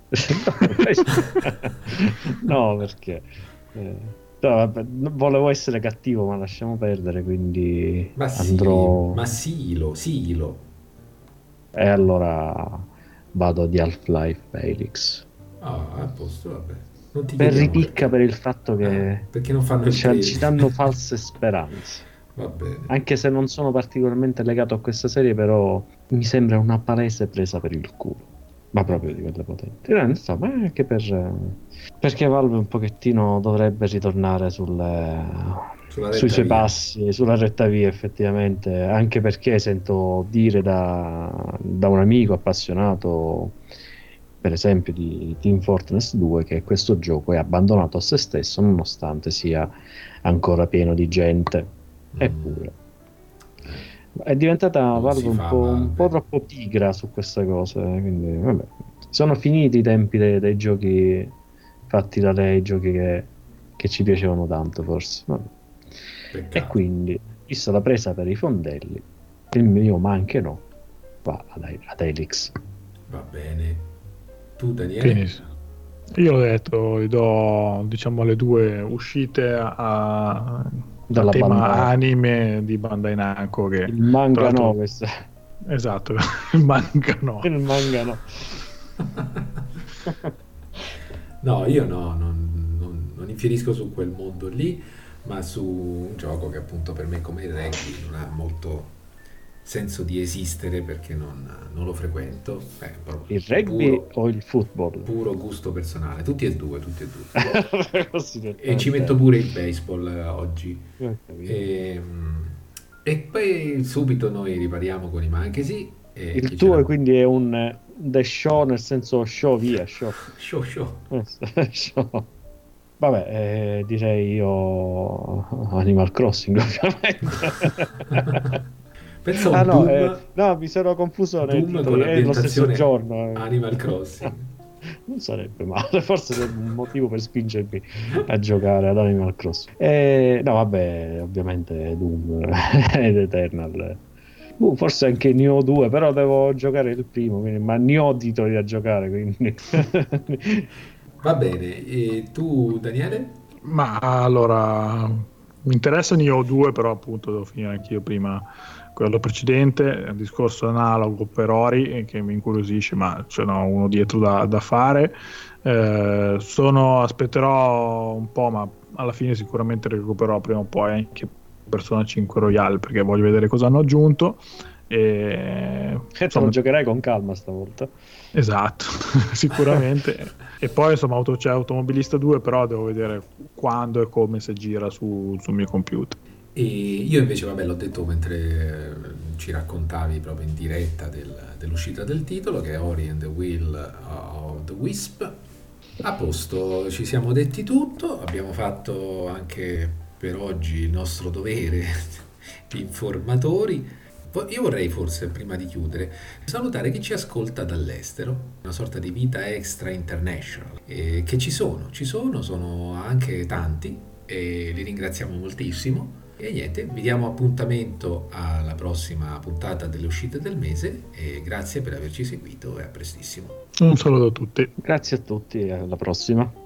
No, perché... Eh, no, vabbè, volevo essere cattivo, ma lasciamo perdere, quindi Ma sì, andrò... ma silo, silo. E allora vado di Half-Life Alyx. Ah, a posto, vabbè. Non ti Per chiediamo ripicca perché. per il fatto che Ah, perché non fanno il ci, trailer. ci danno false speranze. Va bene. Anche se non sono particolarmente legato a questa serie, però mi sembra una palese presa per il culo. Ma proprio di quelle potenti. Eh, insomma, anche per... Perché Valve un pochettino dovrebbe ritornare sulle... Sulla sui retta suoi via. passi, sulla retta via effettivamente, anche perché sento dire da, da un amico appassionato, per esempio di Team Fortress due, che questo gioco è abbandonato a se stesso nonostante sia ancora pieno di gente. Mm. Eppure è diventata Non Valve si un fa po', un Valve. po' troppo pigra su questa cosa, eh, quindi vabbè. Sono finiti i tempi dei, dei giochi fatti da lei, giochi che, che ci piacevano tanto forse. Vabbè. Peccato. E quindi, vista la presa per i fondelli, il mio ma anche no va ad, ad Helix. Va bene. Tu, Daniele? Quindi, io ho detto, gli do diciamo le due uscite a, a Dalla tema Bandai. anime di Bandai Namco, che Il manga tra l'altro- no, questo. esatto, il manga no. Il manga no. No, io no, non, non, non infierisco su quel mondo lì, ma su un gioco che appunto per me come il rugby non ha molto senso di esistere perché non, non lo frequento. Eh, proprio Il rugby puro, o il football? puro gusto personale, tutti e due, tutti e due. Così E ci metto pure il baseball eh, oggi. Ho capito. E, e poi subito noi ripariamo con i Manchesi. E chi Il ce tuo l'ha? quindi è un eh, The Show, nel senso show via, show. Show, show. Eh, show. Vabbè, eh, direi io Animal Crossing ovviamente. Pensa a un Ah no, Doom, eh, no, mi sono confuso nei Doom titoli, con è lo stesso ambientazione giorno. eh. Animal Crossing. Non sarebbe male, forse è un motivo per spingermi a giocare ad Animal Crossing. Eh, no, vabbè, ovviamente Doom ed Eternal. Uh, forse anche Nioh due, però devo giocare il primo, quindi, ma ne ho titoli da giocare, quindi... Va bene, e tu Daniele? Ma allora, mi interessa Nioh due, però appunto devo finire anch'io prima quello precedente, è un discorso analogo per Ori che mi incuriosisce, ma ce n'ho uno dietro da, da fare. Eh, sono, aspetterò un po', ma alla fine sicuramente recupererò prima o poi anche Persona cinque Royale, perché voglio vedere cosa hanno aggiunto. E, E te lo giocherai con calma stavolta. esatto, sicuramente. E poi insomma auto, c'è Automobilista due, però devo vedere quando e come si gira su, sul mio computer. E io invece, vabbè, l'ho detto mentre eh, ci raccontavi proprio in diretta del- dell'uscita del titolo, che è Ori and the Will of the Wisp. A posto, ci siamo detti tutto, abbiamo fatto anche per oggi il nostro dovere di informatori. Poi io vorrei forse, prima di chiudere, salutare chi ci ascolta dall'estero, una sorta di vita extra international, e che ci sono, ci sono, sono anche tanti e li ringraziamo moltissimo. E niente, vi diamo appuntamento alla prossima puntata delle uscite del mese e grazie per averci seguito e a prestissimo. Un saluto a tutti. Grazie a tutti e alla prossima.